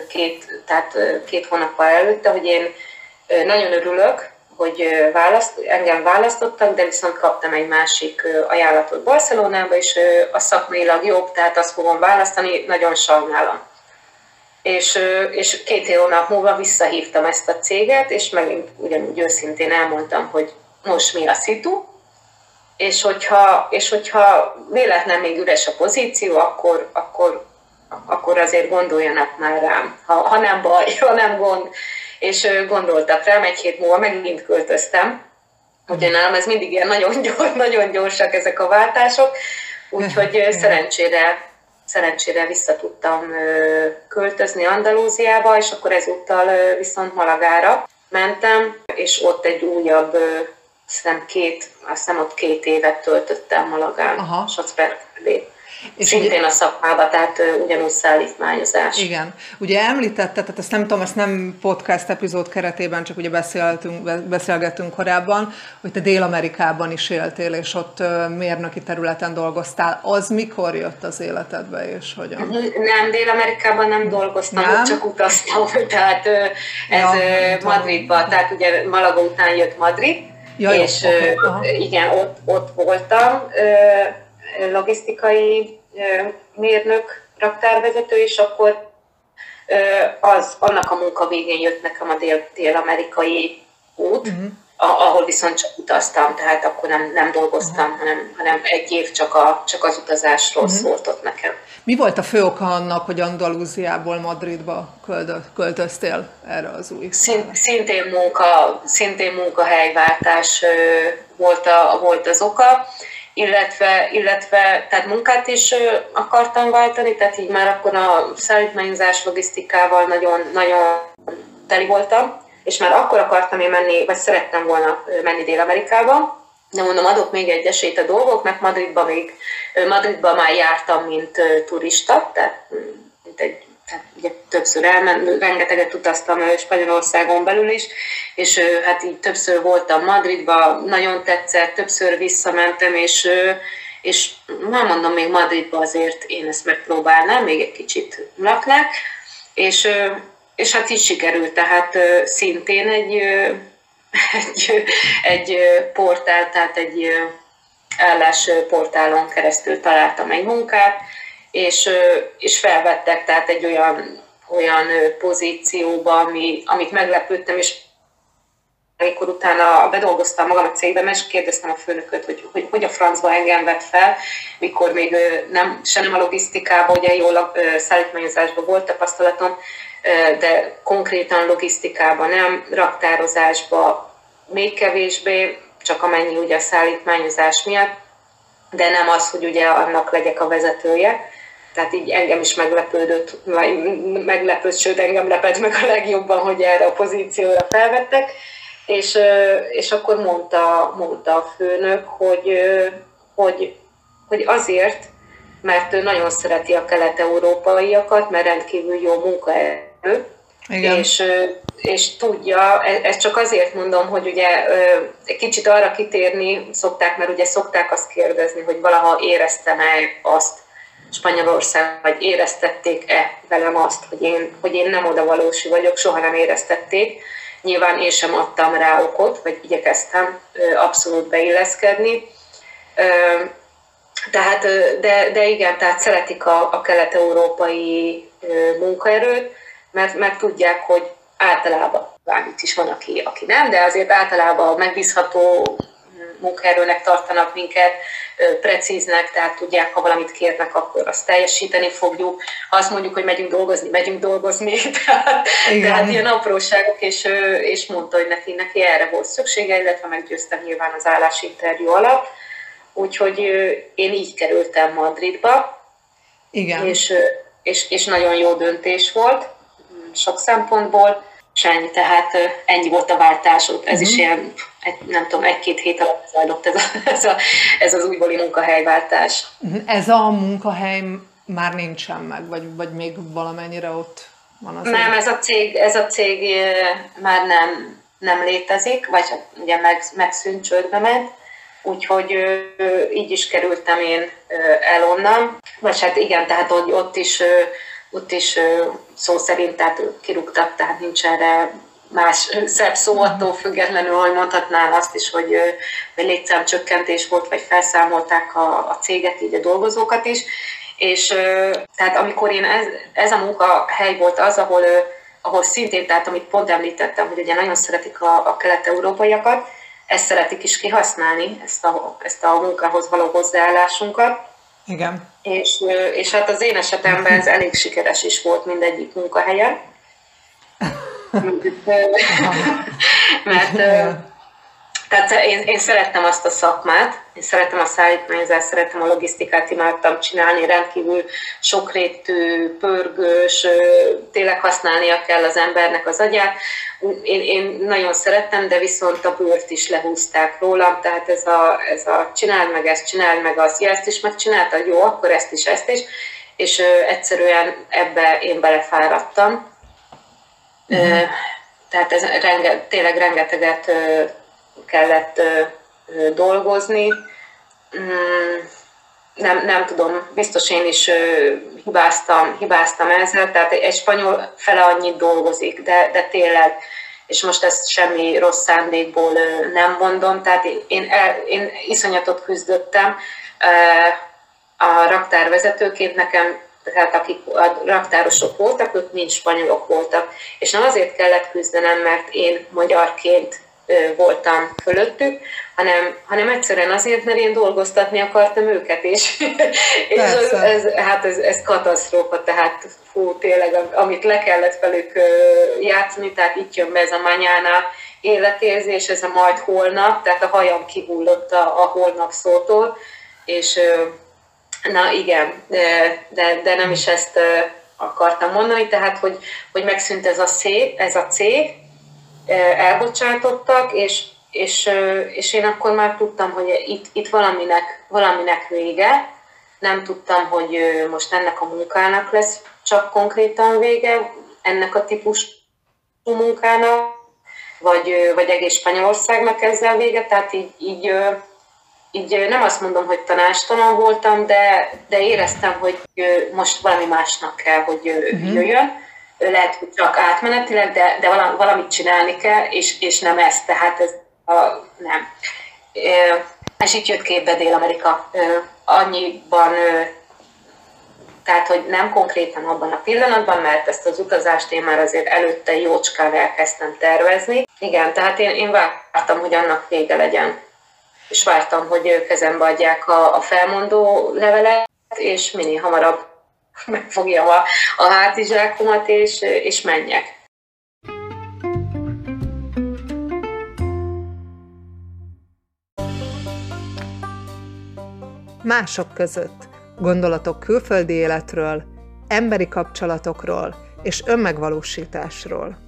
2 hónappal előtte, hogy én nagyon örülök, hogy engem választottak, de viszont kaptam egy másik ajánlatot Barcelonába, és a szakmailag jobb, tehát azt fogom választani, nagyon sajnálom. És 2 hónap múlva visszahívtam ezt a céget, és megint ugyanúgy őszintén elmondtam, hogy most mi a szitu, és hogyha véletlen még üres a pozíció, akkor azért gondoljanak már rám, ha nem baj, ha nem gond. És gondoltak rám, 1 hét múlva megint költöztem. Ugye nálam ez mindig ilyen nagyon gyorsak ezek a váltások, úgyhogy szerencsére vissza tudtam költözni Andalúziába, és akkor ezúttal viszont Malagára mentem, és ott egy újabb, azt hiszem ott 2 évet töltöttem Malagán, Sacper kb. Szintén a szakmába, tehát ugyanúgy szállítmányozás. Igen. Ugye említetted, tehát ezt nem tudom, ezt nem podcast epizód keretében, csak ugye beszélgettünk korábban, hogy te Dél-Amerikában is éltél, és ott mérnöki területen dolgoztál. Az mikor jött az életedbe, és hogyan? Nem, Dél-Amerikában nem dolgoztam, nem? Ott csak utaztam, tehát ez Madridban, tehát ugye Malaga után jött Madrid, és igen, ott voltam, logisztikai mérnök raktárvezető, és akkor annak a munka végén jött nekem a dél-amerikai út, ahol viszont csak utaztam, tehát akkor nem dolgoztam, hanem egy év csak az utazásról szólt ott nekem. Mi volt a fő oka annak, hogy Andalúziából Madridba költöztél erre az új? Szintén munkahelyváltás volt az oka, illetve tehát munkát is akartam váltani, tehát így már akkor a szállítmányozás logisztikával nagyon, nagyon teli voltam, és már akkor akartam én menni, vagy szerettem volna menni Dél-Amerikába, de mondom, adok még egy esélyt a dolgoknak, Madridba már jártam, mint turista, tehát ugye többször rengeteget utaztam Spanyolországon belül is, és hát így többször voltam Madridba, nagyon tetszett, többször visszamentem, és már mondom, még Madridba azért én ezt megpróbálnám, még egy kicsit laknák, és hát így sikerült, tehát szintén egy portál, tehát egy állásportálon keresztül találtam egy munkát, és felvettek, tehát egy olyan pozícióba, amit meglepődtem, és amikor utána bedolgoztam magam a cégben, és kérdeztem a főnököt, hogy a francba engem vett fel, mikor még nem a logisztikában, ugye jól szállítmányozásban volt tapasztalatom, de konkrétan logisztikában nem, raktározásban még kevésbé, csak amennyi ugye a szállítmányozás miatt, de nem az, hogy ugye annak legyek a vezetője. Tehát így engem is meglepődött, sőt engem lepett meg a legjobban, hogy erre a pozícióra felvettek, és akkor mondta a főnök, hogy azért, mert ő nagyon szereti a kelet-európaiakat, mert rendkívül jó munkaerő, és tudja, ezt csak azért mondom, hogy ugye egy kicsit arra kitérni szokták, mert ugye szokták azt kérdezni, hogy valaha éreztem-e azt Spanyolország, vagy éreztették-e velem azt, hogy én nem odavalósi vagyok, soha nem éreztették. Nyilván én sem adtam rá okot, vagy igyekeztem abszolút beilleszkedni. Tehát, de igen, tehát szeretik a kelet-európai munkaerőt, mert tudják, hogy általában, itt is van, aki nem, de azért általában megbízható munkaerőnek tartanak minket, precíznek, tehát tudják, ha valamit kérnek, akkor azt teljesíteni fogjuk. Ha azt mondjuk, hogy megyünk dolgozni, tehát ilyen apróságok, és mondta, hogy neki erre volt szüksége, illetve meggyőztem nyilván az állásinterjú alatt. Úgyhogy én így kerültem Madridba, igen. És nagyon jó döntés volt, sok szempontból, és ennyi, tehát ennyi volt a váltás. Ez is ilyen, nem tudom, 1-2 hét alatt zajlott ez az újbóli munkahelyváltás. Ez a munkahely már nincsen meg, vagy még valamennyire ott van az? Nem, ez a cég már nem létezik, vagy ugye megszűnt, csődbe ment. Úgyhogy így is kerültem én el onnan. Vagy hát igen, tehát ott is szó szerint tehát kirúgtak, tehát nincs erre más szebb szó, attól függetlenül, hogy mondhatnám azt is, hogy létszámcsökkentés volt, vagy felszámolták a céget, így a dolgozókat is. És tehát amikor én ez a munkahely volt az, ahol szintén, tehát amit pont említettem, hogy ugye nagyon szeretik a kelet-európaiakat, ezt szeretik is kihasználni, ezt a munkához való hozzáállásunkat. Igen. És hát az én esetemben ez elég sikeres is volt mindegyik munkahelyen. Mert tehát én szerettem azt a szakmát, én szerettem a szállítmányozást, szerettem a logisztikát, imádtam csinálni, rendkívül sokrétű, pörgős, tényleg használnia kell az embernek az agyát. Én nagyon szerettem, de viszont a bőrt is lehúzták rólam, tehát ez a csináld meg azt, ja, ezt is megcsináltad, jó, akkor ezt is, és egyszerűen ebbe én belefáradtam. Tehát tényleg rengeteget kellett dolgozni. Nem tudom, biztos én is hibáztam ezzel, tehát egy spanyol fele annyit dolgozik, de tényleg, és most ezt semmi rossz szándékból nem mondom, tehát én iszonyatot küzdöttem a raktárvezetőként, nekem tehát akik a raktárosok voltak, ők mind spanyolok voltak. És nem azért kellett küzdenem, mert én magyarként voltam fölöttük, hanem egyszerűen azért, mert én dolgoztatni akartam őket, és ez katasztrófa, tehát fú, tényleg, amit le kellett velük játszani, tehát itt jön be ez a mañana életérzés, ez a majd holnap, tehát a hajam kihullott a holnap szótól, és na igen, de nem is ezt akartam mondani, tehát hogy megszűnt ez a C, elbocsátottak, és én akkor már tudtam, hogy itt valaminek vége. Nem tudtam, hogy most ennek a munkának lesz csak konkrétan vége, ennek a típusú munkának, vagy egész Spanyolországnak ezzel vége, tehát így nem azt mondom, hogy tanástalan voltam, de éreztem, hogy most valami másnak kell, hogy jöjjön. Lehet, hogy csak átmenetileg, de valamit csinálni kell, és nem ezt, tehát ez nem. És itt jött képbe Dél-Amerika annyiban, tehát, hogy nem konkrétan abban a pillanatban, mert ezt az utazást én már azért előtte jócskán elkezdtem tervezni. Igen, tehát én vártam, hogy annak vége legyen. És vártam, hogy kezembe adják a felmondó levelet, és minél hamarabb megfogjam a hátizsákomat, és menjek. Mások között gondolatok külföldi életről, emberi kapcsolatokról és önmegvalósításról.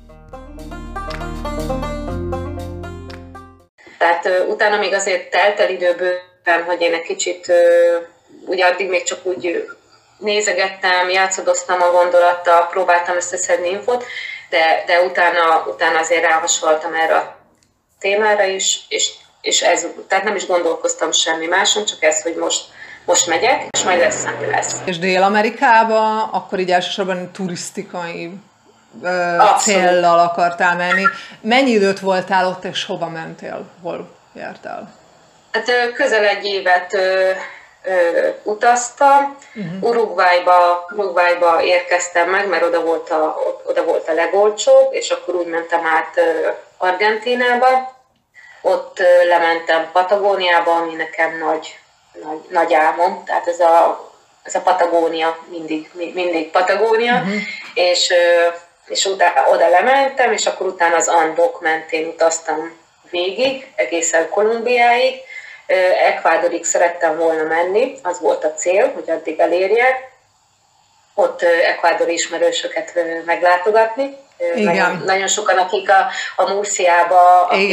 Tehát utána még azért telt el időből, hogy én egy kicsit, ugye addig még csak úgy nézegettem, játszadoztam a gondolattal, próbáltam összeszedni infót, de utána azért ráhasoltam erre a témára is, és ez, tehát nem is gondolkoztam semmi máson, csak ez, hogy most megyek, és majd lesz, ami lesz. És Dél-Amerikába akkor így elsősorban turisztikai céllal akartál menni. Mennyi időt voltál ott, és hova mentél? Hol jártál? Hát közel egy évet utaztam. Uruguayba érkeztem meg, mert oda volt a legolcsóbb, és akkor úgy mentem át Argentínába. Ott lementem Patagóniába, ami nekem nagy álmom, tehát ez a Patagónia, mindig Patagónia, és oda lementem, és akkor utána az Andok mentén utaztam végig, egészen Kolumbiáig. Ecuadorig szerettem volna menni, az volt a cél, hogy addig elérjek. Ott ecuadori ismerősöket meglátogatni. Nagyon sokan, akik a Murciába, akik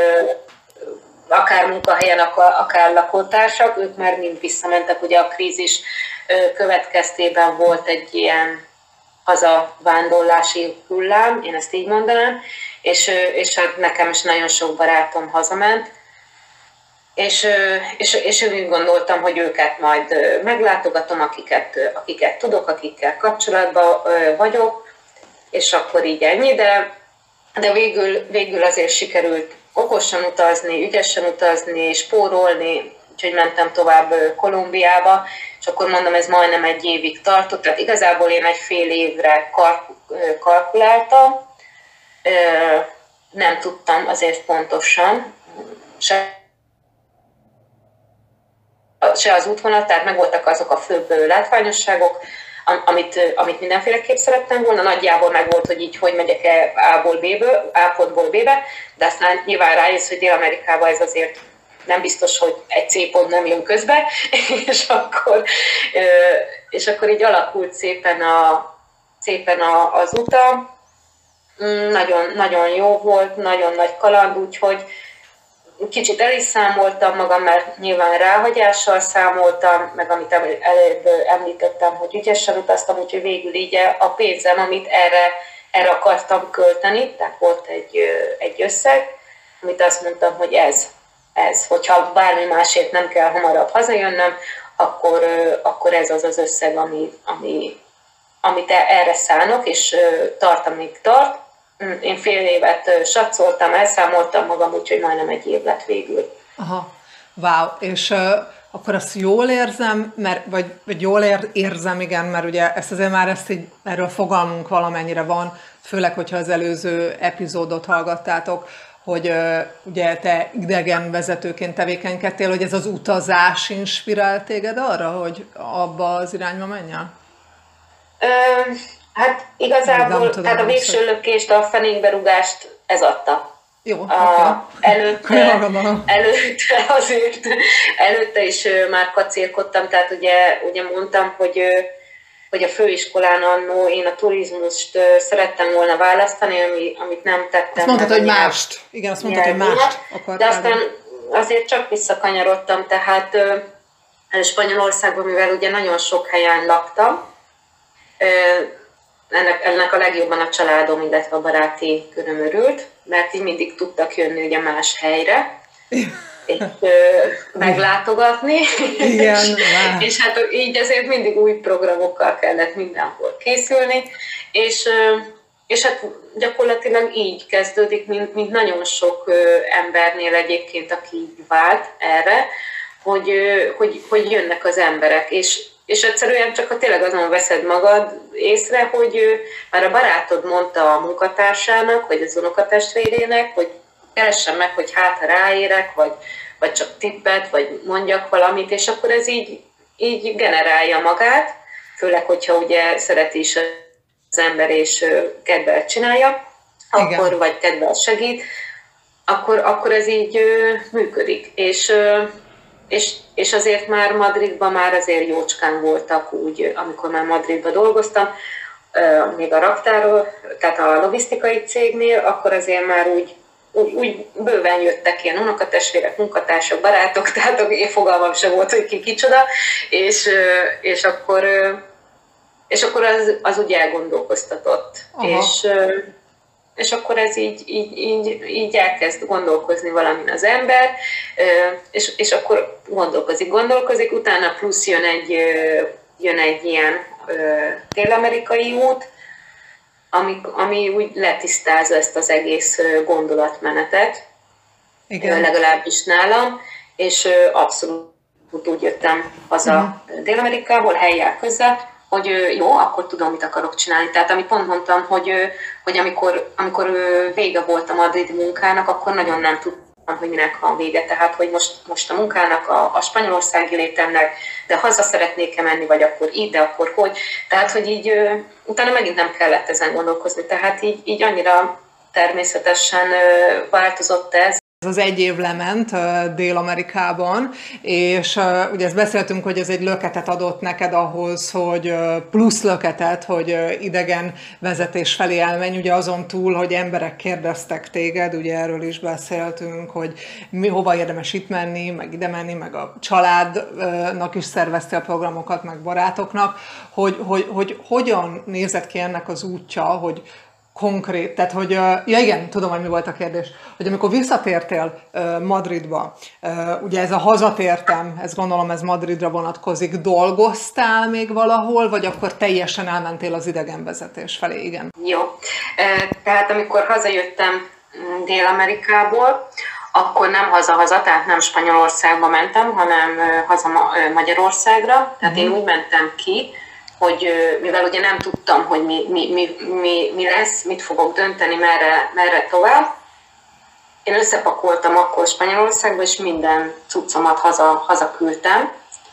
akár munkahelyen, akár lakótársak, ők már mind visszamentek, ugye a krízis következtében volt egy ilyen hazavándorlási hullám, én ezt így mondanám, és nekem is nagyon sok barátom hazament, és úgy gondoltam, hogy őket majd meglátogatom, akiket tudok, akikkel kapcsolatban vagyok, és akkor így ennyi, de végül azért sikerült okosan utazni, ügyesen utazni, spórolni, úgyhogy mentem tovább Kolumbiába, és akkor mondom, ez majdnem egy évig tartott, tehát igazából én egy fél évre kalkuláltam, nem tudtam azért pontosan, se az útvonalat, tehát megvoltak azok a főbb látványosságok, amit mindenféleképp szerettem volna, nagyjából meg volt, hogy így hogy megyek A pontból B-be, de aztán nyilván rájössz, hogy Dél-Amerikában ez azért nem biztos, hogy egy C pont nem jön közbe, és akkor így alakult szépen az utam. Nagyon, nagyon jó volt, nagyon nagy kaland, úgyhogy kicsit el is számoltam magam, mert nyilván ráhagyással számoltam, meg amit előbb említettem, hogy ügyesen utaztam, úgyhogy végül így a pénzem, amit erre akartam költeni, tehát volt egy összeg, amit azt mondtam, hogy ez. Hogyha bármi másért nem kell hamarabb hazajönnöm, akkor ez az összeg, amit erre szánok, és tart, amíg tart. Én fél évet satszoltam, elszámoltam magam, úgyhogy majdnem egy év lett végül. Aha, wow. És akkor azt jól érzem, vagy jól érzem, igen, mert ugye erről fogalmunk valamennyire van, főleg, hogyha az előző epizódot hallgattátok, hogy ugye te idegenvezetőként tevékenykedtél, hogy ez az utazás inspirált téged arra, hogy abba az irányba menjél? Hát igazából, tehát a végső lökést, a fenékberúgást ez adta. Jó, előtte is már kacérkodtam, tehát ugye mondtam, hogy a főiskolán annó én a turizmust szerettem volna választani, amit nem tettem. Azt mondtad, hogy mást. Igen, azt mondtad, hogy mást akartál. De aztán azért csak visszakanyarodtam, tehát Spanyolországban, mivel ugye nagyon sok helyen laktam, ennek a legjobban a családom, illetve a baráti köröm örült, mert így mindig tudtak jönni ugye más helyre, és meglátogatni, igen, és hát így ezért mindig új programokkal kellett mindenhol készülni, és hát gyakorlatilag így kezdődik, mint nagyon sok embernél egyébként, aki így vált erre, hogy jönnek az emberek, és egyszerűen csak tényleg azon veszed magad észre, hogy már a barátod mondta a munkatársának, vagy az unokatestvérének, hogy keressen meg, hogy hát ha ráérek, vagy csak tippet, vagy mondjak valamit, és akkor ez így generálja magát, főleg, hogyha ugye szereti is az ember, és kedvel csinálja, akkor, vagy kedvel segít, akkor ez így működik. És azért már Madridban már azért jócskán voltak úgy, amikor már Madridban dolgoztam, még a raktáról, tehát a logisztikai cégnél, akkor azért már úgy bőven jöttek ilyen unokatestvérek, munkatársak, barátok, tehát én fogalmam sem volt, hogy ki kicsoda, és akkor az úgy elgondolkoztatott. És akkor ez így elkezd gondolkozni valamin az ember, és akkor gondolkozik, utána plusz jön egy ilyen dél-amerikai út, ami úgy letisztázza ezt az egész gondolatmenetet, igen. Legalábbis nálam, és abszolút úgy jöttem haza Dél-Amerikából, helyjel közel, hogy jó, akkor tudom, mit akarok csinálni. Tehát amit pont mondtam, hogy amikor vége volt a madridi munkának, akkor nagyon nem tudtam, hogy minek van vége. Tehát, hogy most a munkának, a spanyolországi létemnek, de haza szeretnék-e menni, vagy akkor így, de akkor hogy. Tehát, hogy így utána megint nem kellett ezen gondolkozni. Tehát így annyira természetesen változott ez. Ez az 1 év lement Dél-Amerikában, és ugye ezt beszéltünk, hogy ez egy löketet adott neked ahhoz, hogy plusz löketet, hogy idegen vezetés felé elmenj, ugye azon túl, hogy emberek kérdeztek téged, ugye erről is beszéltünk, hogy hova érdemes itt menni, meg ide menni, meg a családnak is szerveztél programokat, meg barátoknak, hogy hogyan nézett ki ennek az útja, hogy konkrét, tehát hogy, ja igen, tudom, hogy mi volt a kérdés, hogy amikor visszatértél Madridba, ugye ez a hazatértem, ezt gondolom ez Madridra vonatkozik, dolgoztál még valahol, vagy akkor teljesen elmentél az idegenvezetés felé, igen? Jó, tehát amikor hazajöttem Dél-Amerikából, akkor nem haza-haza, tehát nem Spanyolországba mentem, hanem haza Magyarországra, tehát én úgy mentem ki, hogy mivel ugye nem tudtam, hogy mi lesz, mit fogok dönteni, merre tovább, én összepakoltam akkor Spanyolországba, és minden cuccomat haza küldtem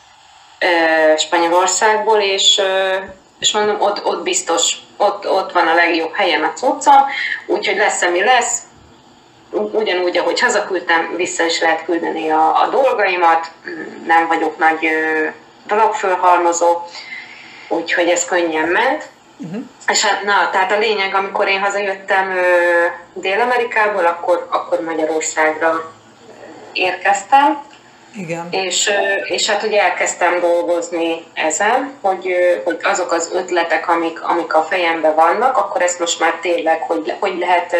Spanyolországból, és mondom, ott biztos, ott van a legjobb helyen a cuccom, úgyhogy lesz, ami lesz, ugyanúgy, ahogy hazaküldtem, vissza is lehet küldeni a dolgaimat, nem vagyok nagy dologfölhalmozó, úgyhogy ez könnyen ment. És hát, tehát a lényeg, amikor én hazajöttem Dél-Amerikából, akkor Magyarországra érkeztem. Igen. És hát ugye elkezdtem dolgozni ezen, hogy azok az ötletek, amik a fejemben vannak, akkor ezt most már tényleg, hogy lehet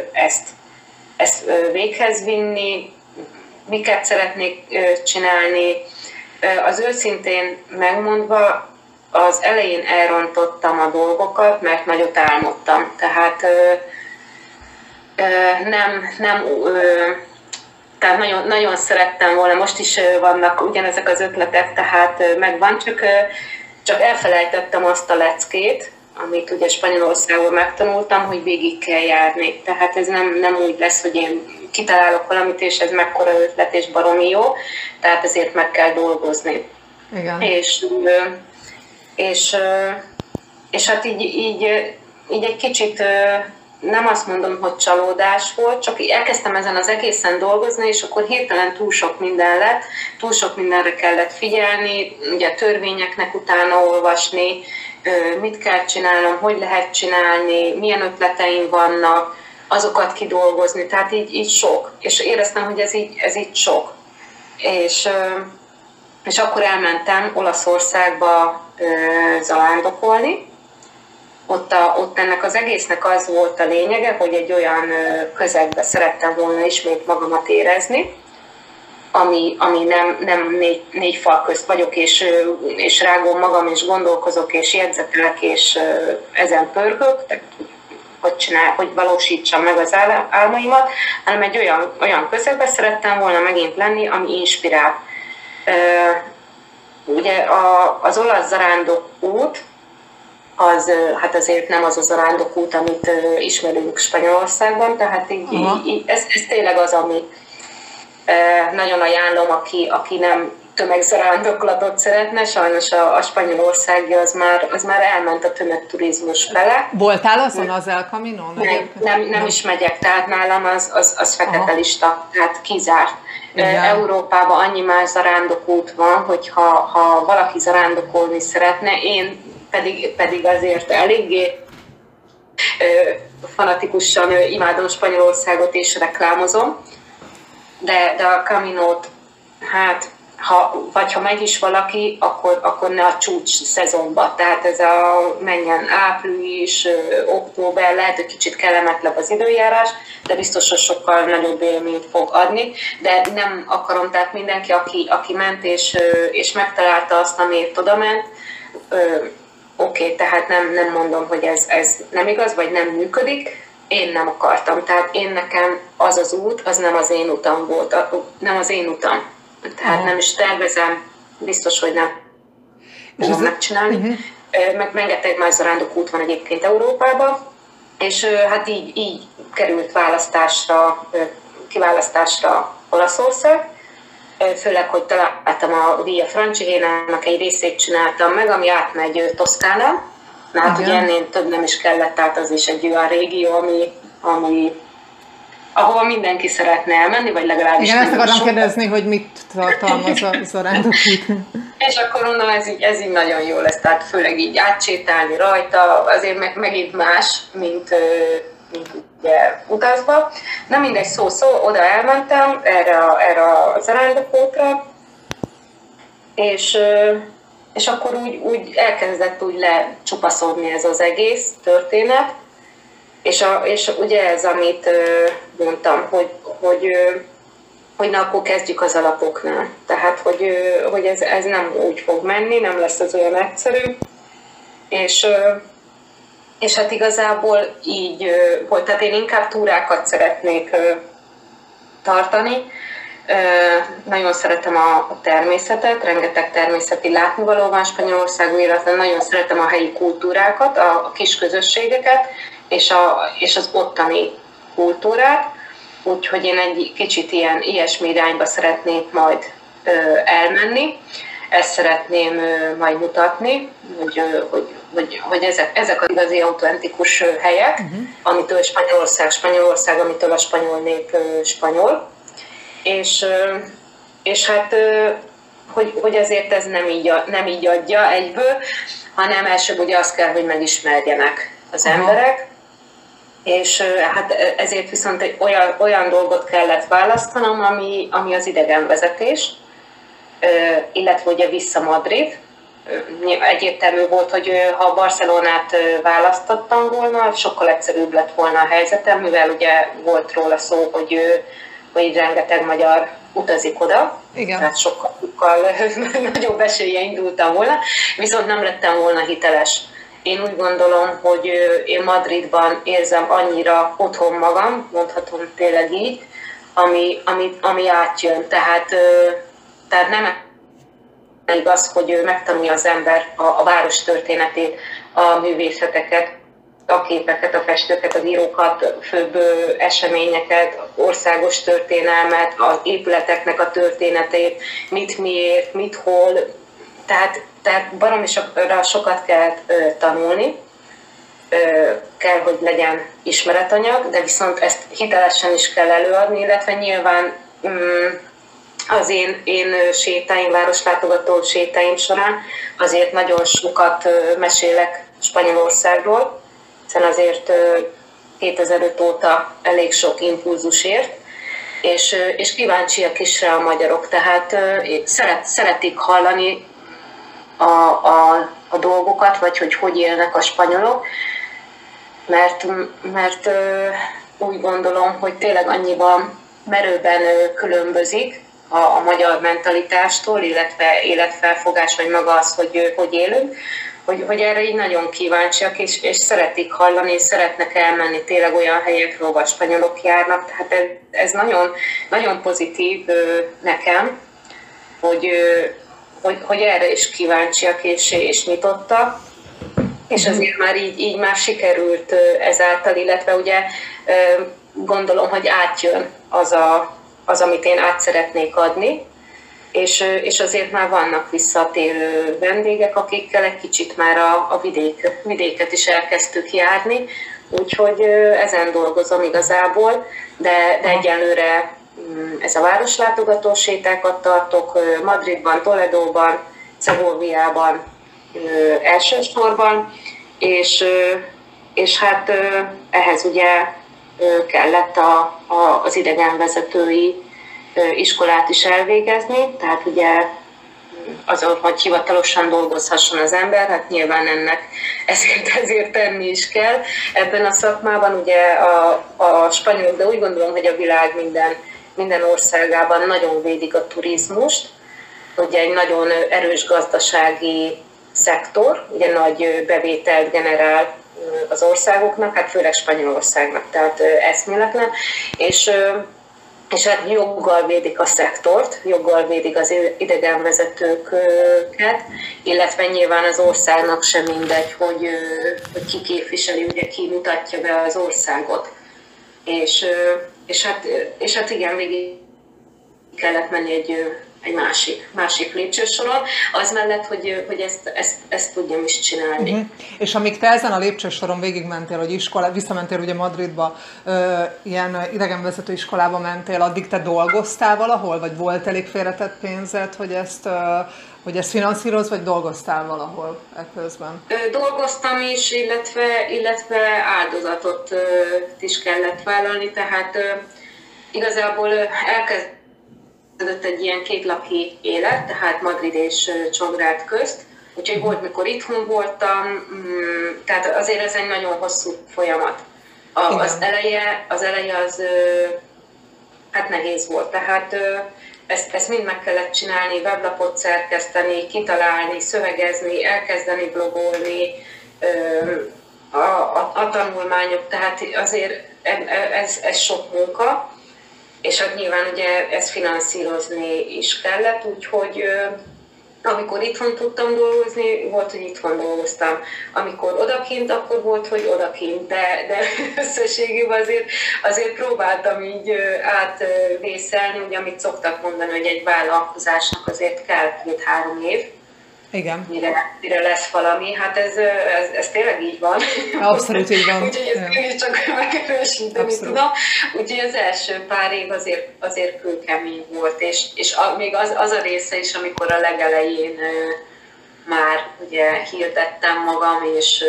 ezt véghez vinni, miket szeretnék csinálni. Az őszintén megmondva, az elején elrontottam a dolgokat, mert nagyot álmodtam. Tehát Tehát nagyon, nagyon szerettem volna, most is vannak ugyanezek az ötletek, tehát megvan, csak elfelejtettem azt a leckét, amit ugye Spanyolországban megtanultam, hogy végig kell járni. Tehát ez nem úgy lesz, hogy én kitalálok valamit, és ez mekkora ötlet, és baromi jó, tehát ezért meg kell dolgozni. Igen. És hát így egy kicsit nem azt mondom, hogy csalódás volt, csak elkezdtem ezen az egészen dolgozni, és akkor hirtelen túl sok minden lett, túl sok mindenre kellett figyelni, ugye törvényeknek utána olvasni, mit kell csinálnom, hogy lehet csinálni, milyen ötleteim vannak, azokat kidolgozni, tehát így sok. És éreztem, hogy ez így sok. És akkor elmentem Olaszországba zalándokolni. Ott ennek az egésznek az volt a lényege, hogy egy olyan közegbe szerettem volna ismét magamat érezni, ami nem négy fal közt vagyok, és rágom magam, és gondolkozok, és jegyzetelek, és ezen pörgök, tehát hogy valósítsam meg az álmaimat, hanem egy olyan közegbe szerettem volna megint lenni, ami inspirál. Ugye az olasz zarándokút, hát azért nem az a zarándokút, amit ismerünk Spanyolországban, tehát ez tényleg az, ami nagyon ajánlom, aki nem tömegzarándoklatot szeretne, sajnos a Spanyolországi az már elment a tömegturizmus fele. Voltál azon az El Caminon? Nem is megyek, tehát nálam az fekete lista, tehát kizárt. Európában annyi más zarándokút van, hogy ha valaki zarándokolni szeretne, én pedig azért eléggé fanatikusan imádom Spanyolországot és reklámozom, de a Caminót, hát ha megy is valaki, akkor ne a csúcs szezonba, tehát ez menjen április, október, lehet, hogy kicsit kellemetlenebb az időjárás, de biztos, hogy sokkal nagyobb élményt fog adni, de nem akarom, tehát mindenki, aki ment és megtalálta azt, amiért oda ment, oké, tehát nem mondom, hogy ez nem igaz, vagy nem működik, én nem akartam, tehát nekem az út, az nem az én utam volt, nem az én utam. Tehát nem is tervezem, biztos, hogy nem fogom megcsinálni. Meg rengeteg más zarándokút van egyébként Európában, és hát így került kiválasztásra Olaszország, főleg, hogy találtam a Via Francigénának egy részét csináltam meg, ami átmegy Toszkánán. Hát ugye ennél több nem is kellett, tehát az is egy olyan régió, ahova mindenki szeretne elmenni, vagy legalábbis igen, ezt akarom kérdezni, hogy mit tartalmaz a zarándokút. És akkor mondom, ez így nagyon jó lesz, tehát főleg így átsétálni rajta, azért megint más, mint ugye utazva. Na mindegy, szó, oda elmentem, erre a zarándokútra, és akkor úgy elkezdett úgy lecsupaszodni ez az egész történet, és ugye ez, amit mondtam, hogy na, akkor kezdjük az alapoknál. Tehát, hogy ez nem úgy fog menni, nem lesz az olyan egyszerű. És hát igazából így volt, tehát én inkább túrákat szeretnék tartani. Nagyon szeretem a természetet, rengeteg természeti látnivaló van Spanyolországban, illetve nagyon szeretem a helyi kultúrákat, a kis közösségeket, és az ottani kultúrát, úgyhogy én egy kicsit ilyesmi irányba szeretnék majd elmenni. Ezt szeretném majd mutatni, hogy ezek az igazi autentikus helyek, amitől Spanyolország, amitől a spanyol nép spanyol. És hát, hogy ezért ez nem így adja egyből, hanem elsőbb ugye azt kell, hogy megismerjenek az emberek, és hát ezért viszont egy olyan dolgot kellett választanom, ami az idegenvezetés, illetve ugye vissza Madrid. Egyértelmű volt, hogy ha Barcelonát választottam volna, sokkal egyszerűbb lett volna a helyzetem, mivel ugye volt róla szó, hogy rengeteg magyar utazik oda, igen. Tehát sokkal nagyobb esélye indultam volna, viszont nem lettem volna hiteles. Én úgy gondolom, hogy én Madridban érzem annyira otthon magam, mondhatom tényleg így, ami átjön. Tehát nem elég az, hogy megtanulja az ember a város történetét, a művészeteket, a képeket, a festőket, az írókat, főbb eseményeket, országos történelmet, az épületeknek a történetét, mit miért, mit hol. Tehát baromi sokat kell tanulni, kell, hogy legyen ismeretanyag, de viszont ezt hitelesen is kell előadni, illetve nyilván az én sétáim, városlátogató sétáim során azért nagyon sokat mesélek Spanyolországról, hiszen azért 2005 óta elég sok impulzus ért, és kíváncsiak is rá a magyarok, tehát szeretik hallani a dolgokat, vagy hogy élnek a spanyolok, mert úgy gondolom, hogy tényleg annyiban merőben különbözik a magyar mentalitástól, illetve életfelfogás, vagy maga az, hogy élünk, hogy erre így nagyon kíváncsiak, és szeretik hallani, és szeretnek elmenni tényleg olyan helyekre, ahol a spanyolok járnak. Tehát ez nagyon, nagyon pozitív nekem, hogy erre is kíváncsiak és nyitottak. És azért már így már sikerült ezáltal, illetve ugye gondolom, hogy átjön az, amit én át szeretnék adni, és azért már vannak visszatérő vendégek, akikkel egy kicsit már a vidéket is elkezdtük járni, úgyhogy ezen dolgozom igazából, de egyelőre ez a városlátogató sétákat tartok Madridban, Toledóban, Segoviában elsősorban, és hát ehhez ugye kellett az idegenvezetői iskolát is elvégezni, tehát ugye azon, hogy hivatalosan dolgozhasson az ember, hát nyilván ennek ezért tenni is kell. Ebben a szakmában ugye a spanyolok, de úgy gondolom, hogy a világ minden országában nagyon védik a turizmust, ugye egy nagyon erős gazdasági szektor, ugye nagy bevételt generál az országoknak, hát főleg Spanyolországnak, tehát eszméletlen, és hát joggal védik a szektort, joggal védik az idegenvezetőket, illetve nyilván az országnak sem mindegy, hogy ki képviseli, ugye ki mutatja be az országot. És hát igen, végig kellett menni egy másik lépcsősoron, az mellett, hogy ezt tudjam is csinálni. Uh-huh. És amíg te ezen a lépcsősoron végigmentél, hogy visszamentél ugye Madridba, ilyen idegenvezető iskolába mentél, addig te dolgoztál valahol, vagy volt elég félretett pénzed, hogy ezt finanszírozz, vagy dolgoztál valahol ekközben? Dolgoztam is, illetve áldozatot is kellett vállalni, tehát igazából elkezdtem egy ilyen kétlaki élet, tehát Madrid és Csongrád közt, úgyhogy volt, mikor itthon voltam, tehát azért ez egy nagyon hosszú folyamat. Az eleje az hát nehéz volt, tehát ezt mind meg kellett csinálni, weblapot szerkeszteni, kitalálni, szövegezni, elkezdeni blogolni, a tanulmányok, tehát azért ez sok munka, és hát nyilván ugye ezt finanszírozni is kellett, úgyhogy amikor itthon tudtam dolgozni, volt, hogy itthon dolgoztam. Amikor odakint, akkor volt, hogy odakint, de összességében azért próbáltam így átvészelni, ugye amit szoktak mondani, hogy egy vállalkozásnak azért kell 2-3 év. Igen. Mire lesz valami, hát ez tényleg így van. Abszolút így van. Úgyhogy ezt én is csak megerősíteni tudom. Úgyhogy az első pár év azért kőkemény volt, és még az a része is, amikor a legelején már ugye hirdettem magam,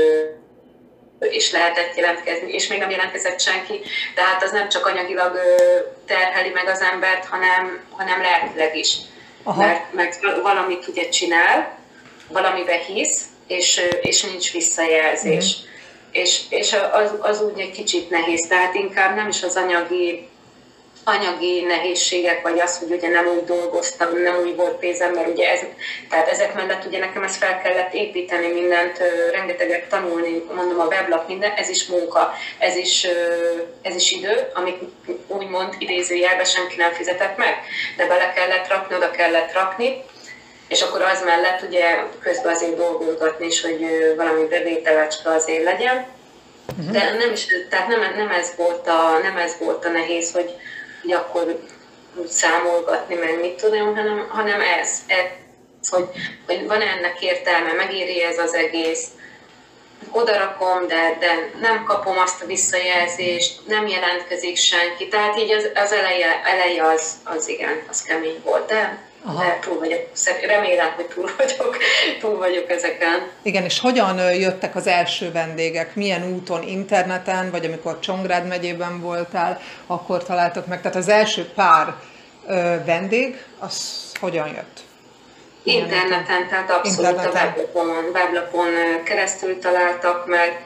és lehetett jelentkezni, és még nem jelentkezett senki, tehát az nem csak anyagilag terheli meg az embert, hanem lelkileg is. Mert valamit ugye csinál, valamiben hisz, és nincs visszajelzés. És az úgy egy kicsit nehéz, tehát inkább nem is az anyagi nehézségek, vagy az, hogy ugye nem úgy dolgoztam, nem úgy volt pénzem, mert ugye tehát ezek mellett ugye nekem ezt fel kellett építeni mindent, rengeteget tanulni, mondom a weblap, minden, ez is munka, ez is idő, amit úgymond idézőjelben senki nem fizetett meg, de bele kellett rakni, oda kellett rakni, és akkor az mellett ugye közben azért dolgozgatni is, hogy valami bevételecske azért legyen. De nem is, tehát nem ez volt a nehéz, hogy akkor számolgatni, meg mit tudom, hanem ez hogy van ennek értelme, megéri ez az egész, odarakom, de nem kapom azt a visszajelzést, nem jelentkezik senki, tehát így az eleje az igen, az kemény volt, de túl vagyok, remélem, hogy túl vagyok ezeken. Igen, és hogyan jöttek az első vendégek? Milyen úton, interneten, vagy amikor Csongrád megyében voltál, akkor találtak meg? Tehát az első pár vendég, az hogyan jött? Interneten, tehát abszolút a weblapon keresztül találtak meg.